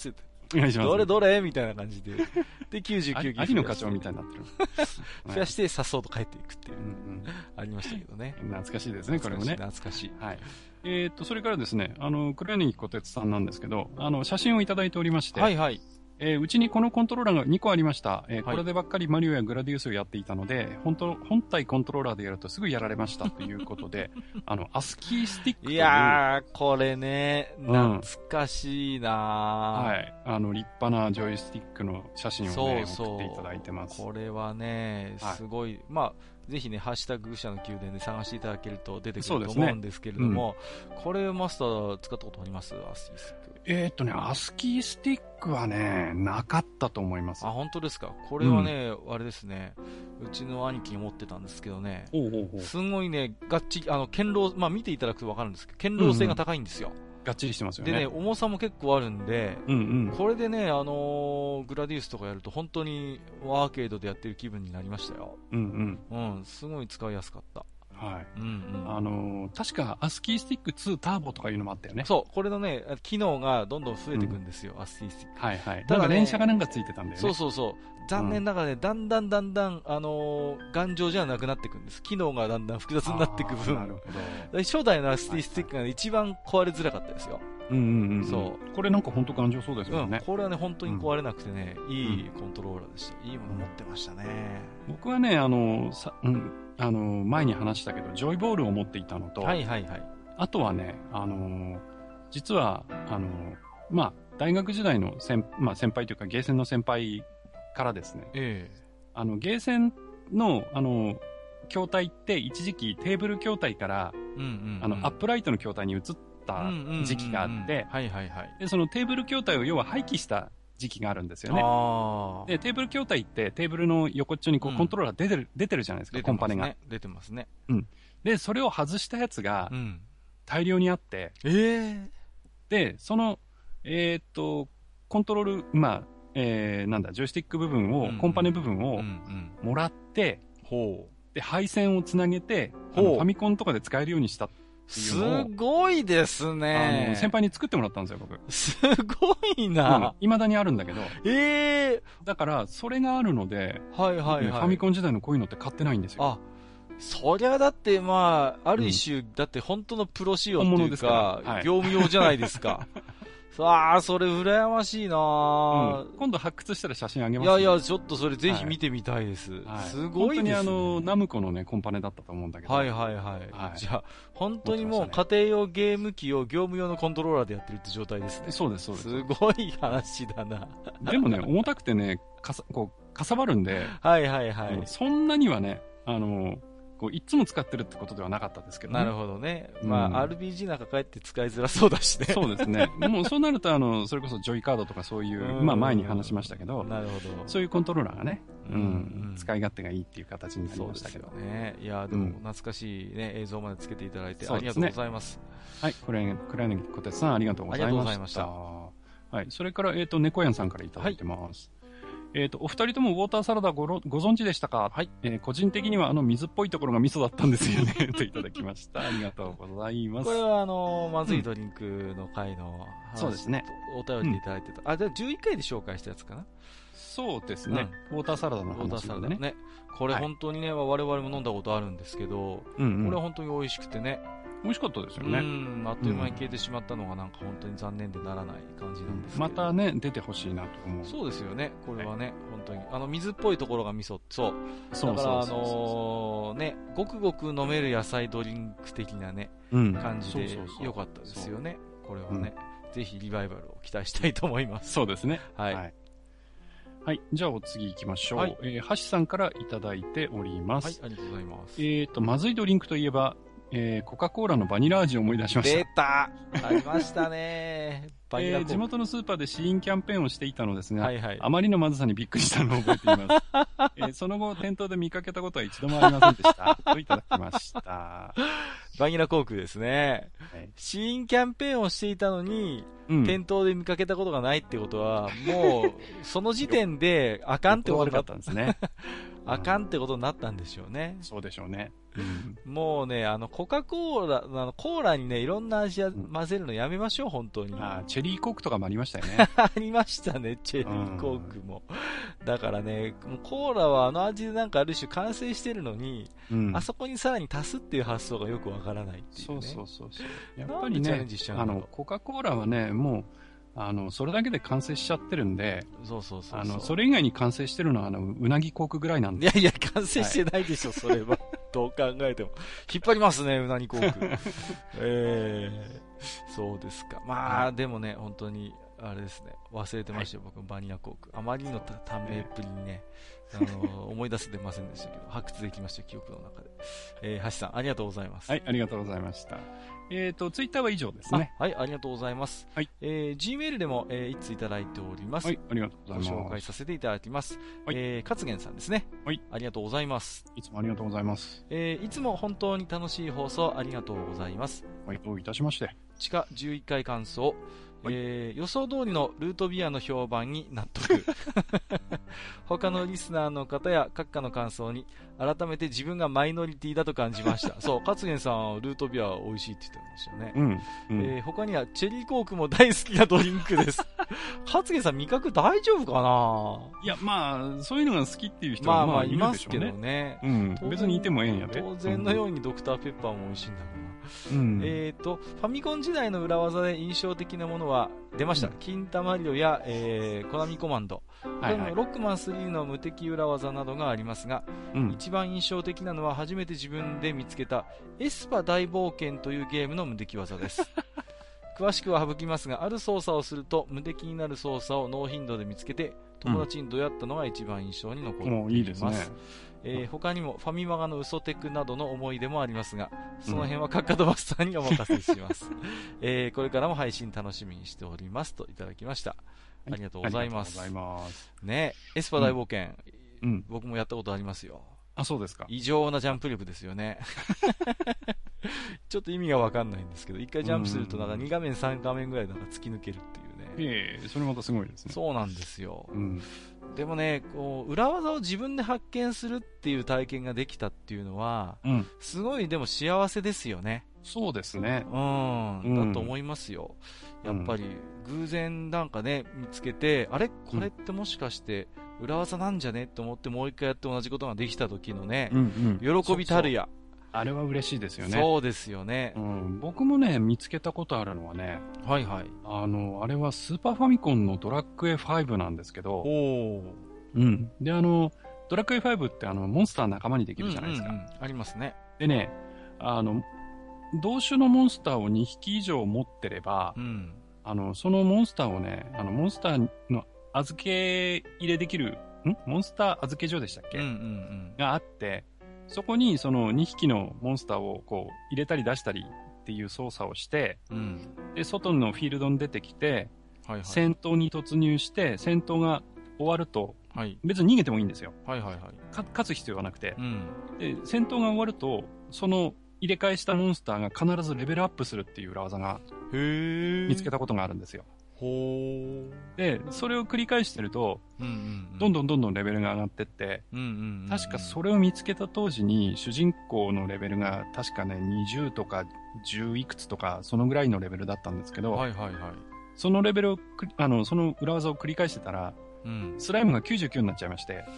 お願いします。 どれどれみたいな感じで。で、きゅうじゅうきゅうギガ。有野課長みたいになってる。 増やして、さっそうと帰っていくっていう、うんうん、ありましたけどね。 懐かしいですね、これもね。 懐かしい。 はい。えっと、それからですね、あの、黒柳小鉄さんなんですけど、あの、写真をいただいておりまして、 はいはい。 えー、うちにこのコントローラーがにこありました。えーはい、これでばっかりマリオやグラディウスをやっていたので、本当、本体コントローラーでやるとすぐやられましたということで、あの、アスキースティックという。 いやー、これね、懐かしいなー、 うん、はい。あの、立派なジョイスティックの写真をね、そうそう送っていただいてます。 これはね、すごい、はい、まあ、ぜひね、ハッシュタグ愚者の宮殿で探していただけると出てくると思うんですけれども、ねうん、これマスター使ったことあります？アスキースティック。 えー、っとね、アスキースティックはね、なかったと思います。 あ、本当ですか。これはね、うん、あれですね、うちの兄貴に持ってたんですけどね、 おうおうおうすごいね、がっちり、あの、堅牢、まあ見ていただくとわかるんですけど、堅牢性が高いんですよ。うんうんがっちりしてますよね。 でね、重さも結構あるんで、 うんうん、 これでね、あのー、グラディウスとかやると本当にアーケードでやってる気分になりましたよ。 うんうん。 うん、すごい使いやすかった。 はい。 うんうん。 あのー、確かアスキースティックツーターボとかいうのもあったよね。 そう、これのね、機能がどんどん増えていくんですよ、うん、アスキースティック。 はいはい。ただ、ね、連射がなんかついてたんだよね。 そうそうそう。残念ながらね、うん、だんだんだんだん、あのー、頑丈じゃなくなっていくんです。機能がだんだん複雑になっていく分。なるほど。初代のアスキースティックが、ね、一番壊れづらかったですよ。 うんうんうん。 そう。 これなんか本当頑丈そうですよね。 うん、これはね、本当に壊れなくてね、うん、いいコントローラーでした。いいもの持ってましたね。 僕はね、あの、さ、うん、あの、前に話したけど、ジョイボールを持っていたのと、 はいはいはい。 あとはね、あの、実は、あの、まあ、大学時代の先、まあ、先輩というか、ゲーセンの先輩からですね、 ええ、 あの、ゲーセンの、あの、筐体って一時期テーブル筐体から、 うんうんうん、 あの、アップライトの筐体に移った時期があって、 はいはいはい。 で、そのテーブル筐体を要は廃棄した時期があるんですよね。で、テーブル筐体ってテーブルの横っちょにこう、うん、コントローラー出てる、出てるじゃないですか、コンパネが。 出てますね。 うん。で、それを外したやつが、大量にあって、 うん、えー、 で、その、えー、っと、コントロール、まあ、えー、なんだ、ジョイスティック部分を、うんうん、コンパネ部分をもらって、 うんうん、 で、配線をつなげて、ファミコンとかで使えるようにしたっていうのを。 すごいですね。 あの、先輩に作ってもらったんですよ、僕。 すごいな。 うん、未だにあるんだけど。 ええー。 だから、それがあるので、 はいはいはい。 ファミコン時代のこういうのって買ってないんですよ。 あ、そりゃだってまあ、ある一種、うん、だって本当のプロ仕様っていうか、はい、業務用じゃないですか。さあ、それ羨ましいな、うん、 今度発掘したら写真あげます、ね、 いやいや、ちょっとそれぜひ見てみたいです。はい、すごいですね。 本当にあの、ナムコのね、コンパネだったと思うんだけど。 はいはいはい。はい、じゃあ、本当にもう家庭用ゲーム機を業務用のコントローラーでやってるって状態ですね。 そうです、そうです。 すごい話だな。 でもね、重たくてね、かさ、こう、かさばるんで。 はいはいはい。 そんなにはね、あの、こういつも使ってるってことではなかったですけどね。 なるほどね。まあ、うん、アールピージー なんか帰って使いづらそうだしね。 そうですね。もうそうなると、あの、それこそジョイカードとかそういう、まあ前に話しましたけど、 なるほど。 そういうコントローラーがね、うん、うん、使い勝手がいいっていう形になりましたけど。 そうですよね。いや、でも懐かしいね、映像までつけていただいて、ありがとうございます。 はい、これ、黒柳小鉄さんありがとうございました。ありがとうございました。はい、それから、えっと、猫やんさんからいただいてます。はいえっ、ー、と、お二人ともウォーターサラダごご存知でしたか？はい。えー、個人的にはあの水っぽいところが味噌だったんですよね。といただきました。ありがとうございます。 これはあのー、まずいドリンクの回の、 うん、そうですね。 お便りでいただいてた。うん、あ、じゃあじゅういっかいで紹介したやつかな？ そうですね。うん、ウォーターサラダの話でね。ウォーターサラダね。 これ本当にね、はい、我々も飲んだことあるんですけど、うんうん、これは本当に美味しくてね。 美味しかったですよね。 うん、あっという間に消えてしまったのがなんか本当に残念でならない感じなんですけど、 またね、出てほしいなと思う。 そうですよね、これはね、はい、本当に。あの、水っぽいところが味噌、そう。そうだから、あのー、ね、ごくごく飲める野菜ドリンク的なね、うん、感じで良かったですよね、これはね、うん。ぜひリバイバルを期待したいと思います。 そうですね。 はい。はい、 はい。じゃあ、お次行きましょう。はい、えー、橋さんからいただいております。 はい、ありがとうございます。 えっと、まずいドリンクといえば、えー、コカ・コーラのバニラ味を思い出しました。 出たありましたねバニラ、 えー、地元のスーパーで試飲キャンペーンをしていたのですが、はいはい、あまりのまずさにびっくりしたのを覚えています。えー、その後、店頭で見かけたことは一度もありませんでした。といただきました。 バニラコークですね。はい、試飲キャンペーンをしていたのに、うん、店頭で見かけたことがないってことは、もう、その時点であかんってことだったんですね。 あかんってことになったんでしょうね。 そうでしょうね。 うん、もうね、あの、コカ・コーラ、あの、コーラにね、いろんな味や、混ぜるのやめましょう、本当に。 あ、チェリーコークとかもありましたよね。 ありましたね、チェリーコークも。だからね、もうコーラはあの味でなんかある種完成してるのに、うん、あそこにさらに足すっていう発想がよくわからないっていうね。 そうそうそうそう。やっぱりね、あの、コカ・コーラはね、もう、あの、それだけで完成しちゃってるんで、 そうそうそうそう。 あの、それ以外に完成してるのは、あの、うなぎコークぐらいなんで。 いやいや、完成してないでしょ、はい、それは。どう考えても。引っ張りますね、うなぎコーク。えー、そうですか。まあ、でもね、本当に、あれですね、忘れてましたよ、はい、僕、バニラコーク。あまりのためっぷりにね、あの、思い出せてませんでしたけど、発掘できました、記憶の中で。えー、橋さん、ありがとうございます。 はい、ありがとうございました。えっと、ツイッターは以上ですね。 はい、ありがとうございます。はい。えー、Gmail でも、えー、いついただいております。 はい、ありがとうございます。 ご紹介させていただきます。はい。えー、勝元さんですね。はい。ありがとうございます。 いつもありがとうございます。 えー、いつも本当に楽しい放送ありがとうございます。 はい、どういたしまして。 地下じゅういっかい感想。えー、予想通りのルートビアの評判に納得他のリスナーの方や閣下の感想に改めて自分がマイノリティだと感じましたそう、勝元さんルートビア美味しいって言ってましたよね、うんうん、えー、他にはチェリーコークも大好きなドリンクです勝元さん味覚大丈夫かな。 いやまあそういうのが好きっていう人はまあまあいますけどね、 うん、別にいてもええんやで。 当然のようにドクターペッパーも美味しいんだけど、うん、えーと、ファミコン時代の裏技で印象的なものは出ました。うん、金玉リオや、えー、コナミコマンド、はいはい、ロックマンスリーの無敵裏技などがありますが、うん、一番印象的なのは初めて自分で見つけたエスパ大冒険というゲームの無敵技です。詳しくは省きますが、ある操作をすると無敵になる操作をノーヒントで見つけて友達にどやったのが一番印象に残っています。うん、いいですね。えー、他にもファミマガの嘘テクなどの思い出もありますが、その辺はカッカドバスターにお任せします、うんえー、これからも配信楽しみにしておりますといただきました。ありがとうございます。 ありがとうございます。 ね、エスパ大冒険、うん、僕もやったことありますよ。 あ、そうですか。 異常なジャンプ力ですよね。ちょっと意味がわかんないんですけど、一回ジャンプするとなんかに画面さん画面ぐらいなんか突き抜けるっていうね。 ええ、それまたすごいですね。 そうなんですよ。うん、でもね、こう裏技を自分で発見するっていう体験ができたっていうのは、うん、すごいでも幸せですよね。 そうですね。 うん、うん、だと思いますよ。やっぱり偶然なんかね見つけて、あれこれってもしかして裏技なんじゃねって思ってもう一回やって同じことができた時のね、うんうん、喜びたるや。そうそう、 あれは嬉しいですよね。 そうですよね、 うん、僕もね見つけたことあるのはね、 はいはい、 あのあれはスーパーファミコンのドラクエファイブなんですけど、お、うん、であのドラクエファイブってあのモンスター仲間にできるじゃないですか、うんうんうん、 ありますね。 でね、あの同種のモンスターをにひき以上持ってれば、うん、あのそのモンスターをね、あのモンスターの預け入れできるんモンスター預け所でしたっけ、うんうんうん、があって、そこにそのにひきのモンスターをこう入れたり出したりっていう操作をして、うん、で外のフィールドに出てきて、はいはい、戦闘に突入して戦闘が終わると、はい、別に逃げてもいいんですよ、はいはいはい、か勝つ必要はなくて、うん、で戦闘が終わるとその入れ替えしたモンスターが必ずレベルアップするっていう裏技が見つけたことがあるんですよ。ほー。でそれを繰り返してると、うんうんうん、どんどんどんどんレベルが上がってって、うんうんうんうん、確かそれを見つけた当時に主人公のレベルが確かねにじゅうとかじゅういくつとかそのぐらいのレベルだったんですけど、はいはいはい、そのレベルをあのその裏技を繰り返してたら、うん、スライムがきゅうじゅうきゅうになっちゃいまして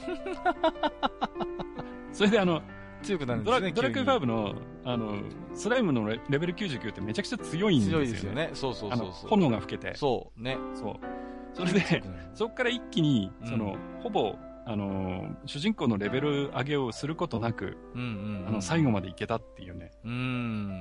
それであの強くなるんですね。 ドラクエファイブの、あの、スライムのレベルきゅうじゅうきゅうってめちゃくちゃ強いんですよね。 強いですよね。そうそうそうそう。 炎が吹けて。 そう、ね。 そう。それで、そこから一気に、その、うん、ほぼ、あの、主人公のレベル上げをすることなく、うんうんうん、あの、最後までいけたっていうね。うん。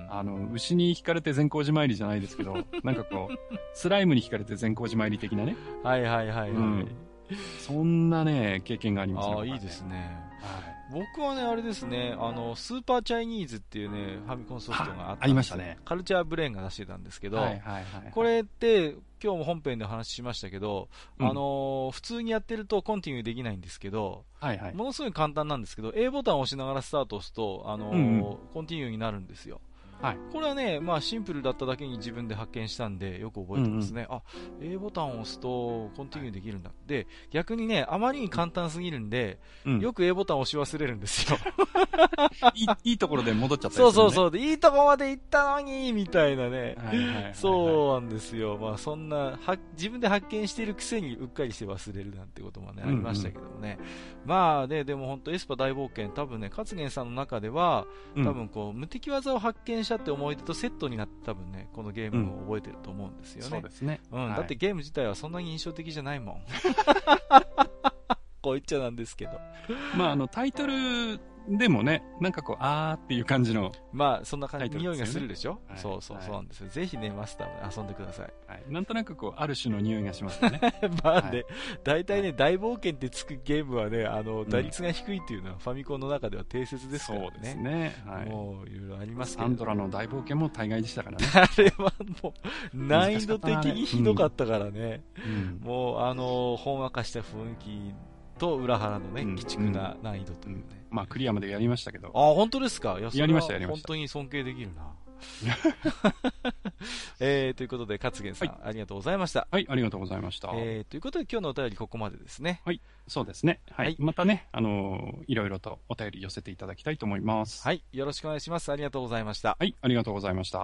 あの、牛に引かれて善光寺参りじゃないですけど、なんかこう、スライムに引かれて善光寺参り的なね。 はいはいはいはい。うん、 そんなね、経験がありますね。 ああ、いいですね。はい。僕はね、あれですね、あの、スーパーチャイニーズっていうね、ファミコンソフトがあったんですよ。 ありましたね。 カルチャーブレーンが出してたんですけど、はいはいはいはい、これって、今日も本編で話しましたけど、うん、あのー、普通にやってるとコンティニューできないんですけど、はいはい、ものすごい簡単なんですけど、A ボタンを押しながらスタートを押すと、あのーうんうん、コンティニューになるんですよ。 はい、これはね、まあ、シンプルだっただけに自分で発見したんでよく覚えてますね、うんうん、あ A ボタンを押すとコンティニューできるんだ、で逆にねあまりに簡単すぎるんで、うん、よく A ボタンを押し忘れるんですよい, い, いいところで戻っちゃったりする、ね、 そうそうそうでいいとこまで行ったのにみたいなね、はいはいはいはい、そうなんですよ、まあ、そんなは自分で発見しているくせにうっかりして忘れるなんてことも、ね、ありましたけどもね、うんうん、まあね、でも本当エスパ大冒険多分ね勝元さんの中では多分こう、うん、無敵技を発見したって思い出とセットになって多分ねこのゲームを覚えてると思うんですよね、うん、そうですね、うん、だってゲーム自体はそんなに印象的じゃないもんこう言っちゃなんですけどまああのタイトルでもね、なんかこう、あーっていう感じの。 まあ、そんな感じ、ね、匂いがするでしょ、はい、そうそうそうなんですよ、はい。ぜひね、マスターで遊んでください。 はい。なんとなくこう、ある種の匂いがしますね。 まあね、大体ね、大冒険ってつくゲームはね、あの、打率が低いっていうのは、ファミコンの中では定説ですからね。そうですね。はい。もう、いろいろありますけど、 サンドラの大冒険も大概でしたからね。 あれはもう、難易度的にひどかったからね。うん、もう、あの、ほんわかした雰囲気と裏腹のね、鬼畜な難易度というね。うんうん、 まあ、クリアまでやりましたけど。 あ、本当ですか？いや、 やりました、やりました。 本当に尊敬できるな。えー、ということで、勝元さん、はい、ありがとうございました。 はい、ありがとうございました。 えー、ということで、今日のお便りここまでですね。 はい、そうですね。はい。はい、またね、あのー、いろいろとお便り寄せていただきたいと思います。 はい、よろしくお願いします。ありがとうございました。 はい、ありがとうございました。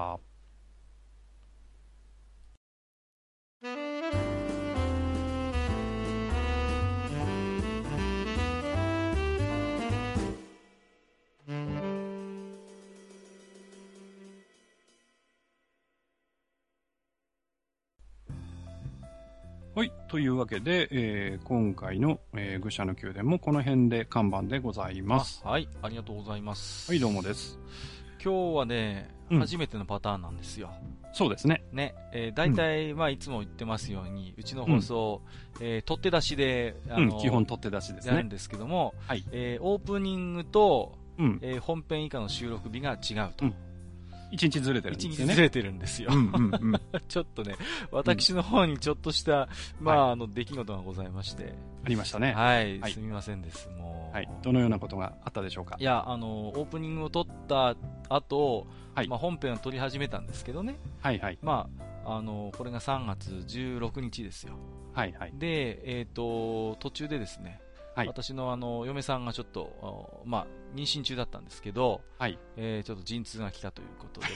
はい。というわけで、えー、今回の、えー、愚者の宮殿もこの辺で看板でございます。 はい。ありがとうございます。 はい、どうもです。 今日はね、うん、初めてのパターンなんですよ。 そうですね。 ね。えー、大体、うん、まあ、いつも言ってますように、うちの放送、うん、えー、取って出しで、 あのーうん、基本取って出しですね。 やるんですけども、はい。えー、オープニングと、うん、えー、本編以下の収録日が違うと。うん一日ずれてるんですね。 一日ずれてるんですよ。うんうんうん、ちょっとね、私の方にちょっとした、うん、まあ、あの、出来事がございまして。 ありましたね。 はい。はい、すみませんです。もう。 はい。どのようなことがあったでしょうか。 いや、あの、オープニングを撮った後、はい、まあ、本編を撮り始めたんですけどね。はいはい。まあ、あの、これがさんがつじゅうろくにちですよ。はいはい。で、えっと、途中でですね、はい、私のあの嫁さんがちょっと、まあ、妊娠中だったんですけど、はいえー、ちょっと陣痛が来たということで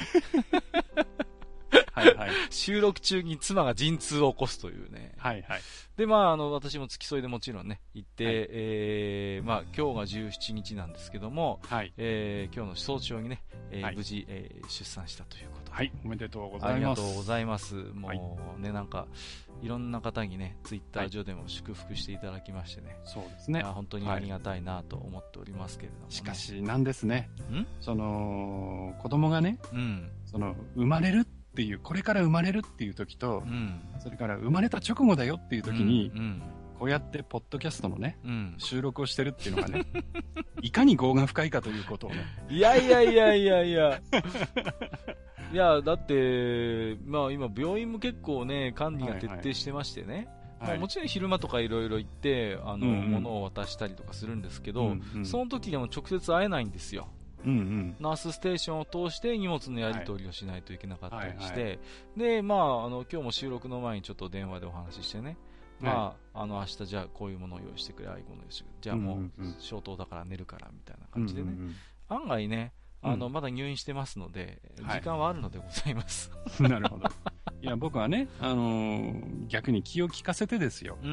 はい、はい、収録中に妻が陣痛を起こすというね、はいはい、でまあ、あの私も付き添いでもちろんね行って、はいえーまあ、今日がじゅうしちにちなんですけども、はいえー、今日の早朝にね、えーはい、無事、えー、出産したということで、 はい、おめでとうございます。 ありがとうございます。もうね、はい、なんかいろんな方にね、ツイッター上でも祝福していただきましてね。はい、そうですね。本当にありがたいなと思っておりますけれども、ね、 しかし、なんですね。んその、子供がね、うん、その、生まれるっていう、これから生まれるっていう時と、うん、それから生まれた直後だよっていう時に、うんうんこうやってポッドキャストのね、うん、収録をしてるっていうのがね、いかに業が深いかということをね。 いやいやいやいやいや。いや、だって、まあ今病院も結構ね、管理が徹底してましてね。はいはいまあ、もちろん昼間とかいろいろ行って、あの、うんうん、物を渡したりとかするんですけど、うんうん、その時でも直接会えないんですよ。うんうん、ナースステーションを通して荷物のやり取りをしないといけなかったりして、はいはいはい、で、まあ、あの、今日も収録の前にちょっと電話でお話ししてね、まあ、はい、あの、明日じゃあこういうものを用意してくれ、ああいうものを用意してくれ、じゃあもう消灯だから寝るからみたいな感じでね、うんうんうん、案外ね、あの、うん、まだ入院してますので、時間はあるのでございます。 はい、なるほど。いや、僕はね、あのー、逆に気を利かせてですよ。うん。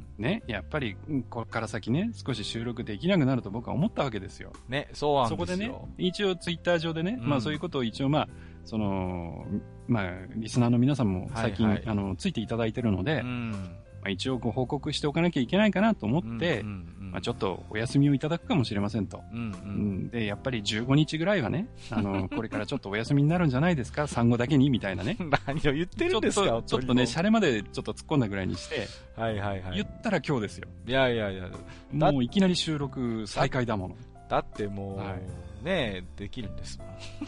ね、やっぱり、ここから先ね、少し収録できなくなると僕は思ったわけですよ。 ね、そうなんですよ。 そこでね、一応ツイッター上でね、うん、まあそういうことを一応まあ、その、まあ、リスナーの皆さんも最近、はいはい、あの、ついていただいてるので、うんまあ、一応ご報告しておかなきゃいけないかなと思って、うんうんうんまあ、ちょっとお休みをいただくかもしれませんと。うんうんうん、で、やっぱりじゅうごにちぐらいはね、あの、これからちょっとお休みになるんじゃないですか、産後だけにみたいなね。 何を言ってるんですかちょっと、ちょっとね、シャレまでちょっと突っ込んだぐらいにして、はいはいはい。言ったら今日ですよ。 いやいやいや。 もういきなり収録再開だもの。 だってもう、はい、ねえ、できるんですもん。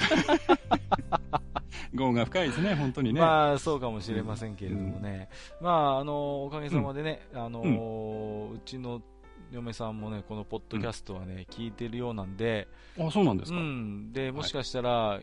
業が深いですね、本当にね。 まあ、そうかもしれませんけれどもね。うん、まあ、あの、おかげさまでね、うん、あの、うん、うちの嫁さんもね、このポッドキャストはね、うん、聞いてるようなんで。 あ、そうなんですか。うん。で、もしかしたら、はい、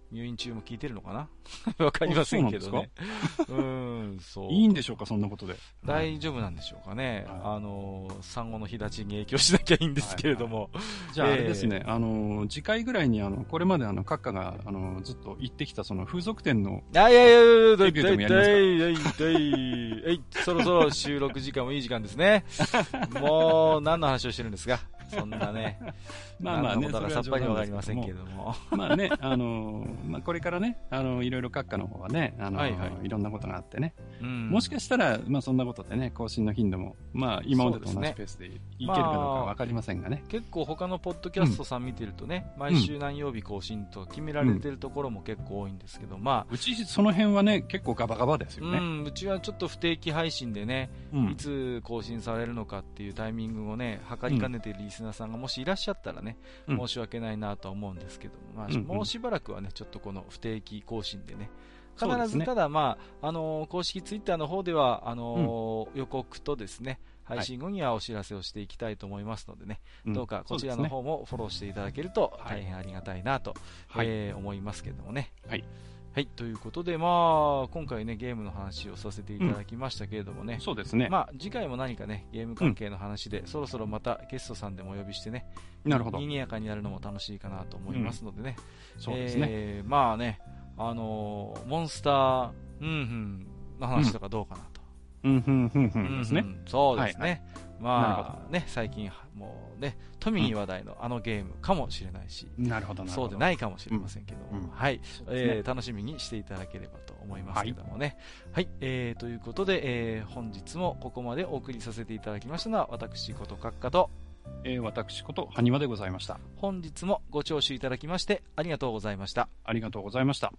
入院中も聞いてるのかなわかりませんけどね。 うーん、そう。いいんでしょうか、そんなことで。 大丈夫なんでしょうかね。はい、あの、産後の日立ちに影響しなきゃいいんですけれども。はいはい、 じゃあ、あれですね、えー、あの、次回ぐらいに、あの、これまであの、閣下が、あの、ずっと行ってきた、その、風俗店の、 あ、いやいやいや、 レビューでもやりますか？ いやいやいやいや、そろそろ収録時間もいい時間ですね。もう、何の話をしてるんですか？そんなね。 まあまあね、 それはさっぱりわかりませんけれども。 まあね、あの、まあこれからね、あの、いろいろ閣下の方はね、あの、はいはい、いろんなことがあってね。うん、もしかしたら、まあそんなことでね、更新の頻度も、まあ今までと同じペースでいけるかどうかわかりませんがね。まあ、 結構他のポッドキャストさん見てるとね、うん、毎週何曜日更新と決められてるところも結構多いんですけど、まあ。 うちその辺はね、結構ガバガバですよね。 うん、うちはちょっと不定期配信でね、うん、いつ更新されるのかっていうタイミングをね、測りかねているリスナーさんがもしいらっしゃったらね、うん、申し訳ないなとは思うんですけども、まあ、うんうん、もうしばらくはね、ちょっとこの不定期更新でね、必ず、ね、ただ、まあ、あのー、公式ツイッターの方では、あのーうん、予告とですね、配信後にはお知らせをしていきたいと思いますのでね、はい、どうかこちらの方もフォローしていただけると大変ありがたいなと、はい、えー、思いますけどもね。はい。はい、ということで、まあ、今回ね、ゲームの話をさせていただきましたけれどもね、うん、 そうですね。 まあ、次回も何かね、ゲーム関係の話で、うん、そろそろまたゲストさんでもお呼びしてね、 なるほど。 にぎやかになるのも楽しいかなと思いますのでね、 うん、そうですね。 えー、まあね、あのー、モンスター、うんふんの話とかどうかなと。 うんふんふんふんですね。 そうですね。はいはい、まあね、最近もうね、富に話題のあのゲームかもしれないし、 なるほど、 そうでないかもしれませんけども、うんうん、はい、ね、えー、楽しみにしていただければと思いますけどもね。はい、はい、えー、ということで、えー、本日もここまでお送りさせていただきましたのは、私こと閣下と、 えー、私こと埴輪でございました。 本日もご聴取いただきましてありがとうございました。 ありがとうございました。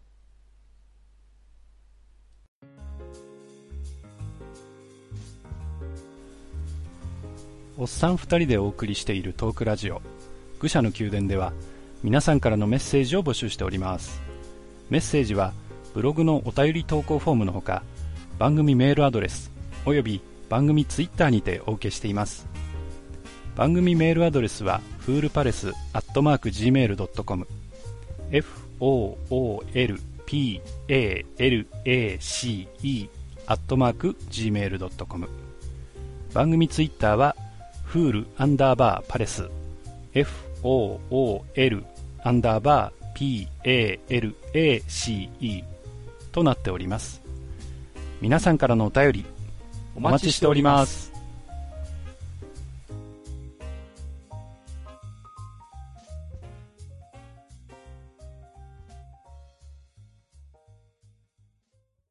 おっさん二人でお送りしているトークラジオ愚者の宮殿では皆さんからのメッセージを募集しております。メッセージはブログのお便り投稿フォームのほか、番組メールアドレスおよび番組ツイッターにてお受けしています。番組メールアドレスはフールパレスアットマーク ジーメールドットコム エフ オー オー エル ピー エー エル エー シー イー アットマーク ジーメールドットコム。 番組ツイッターはフールアンダーバーパレス エフ オー オー エル アンダーバー ピー エー エル エー シー イー となっております。皆さんからのお便りお待ちしております。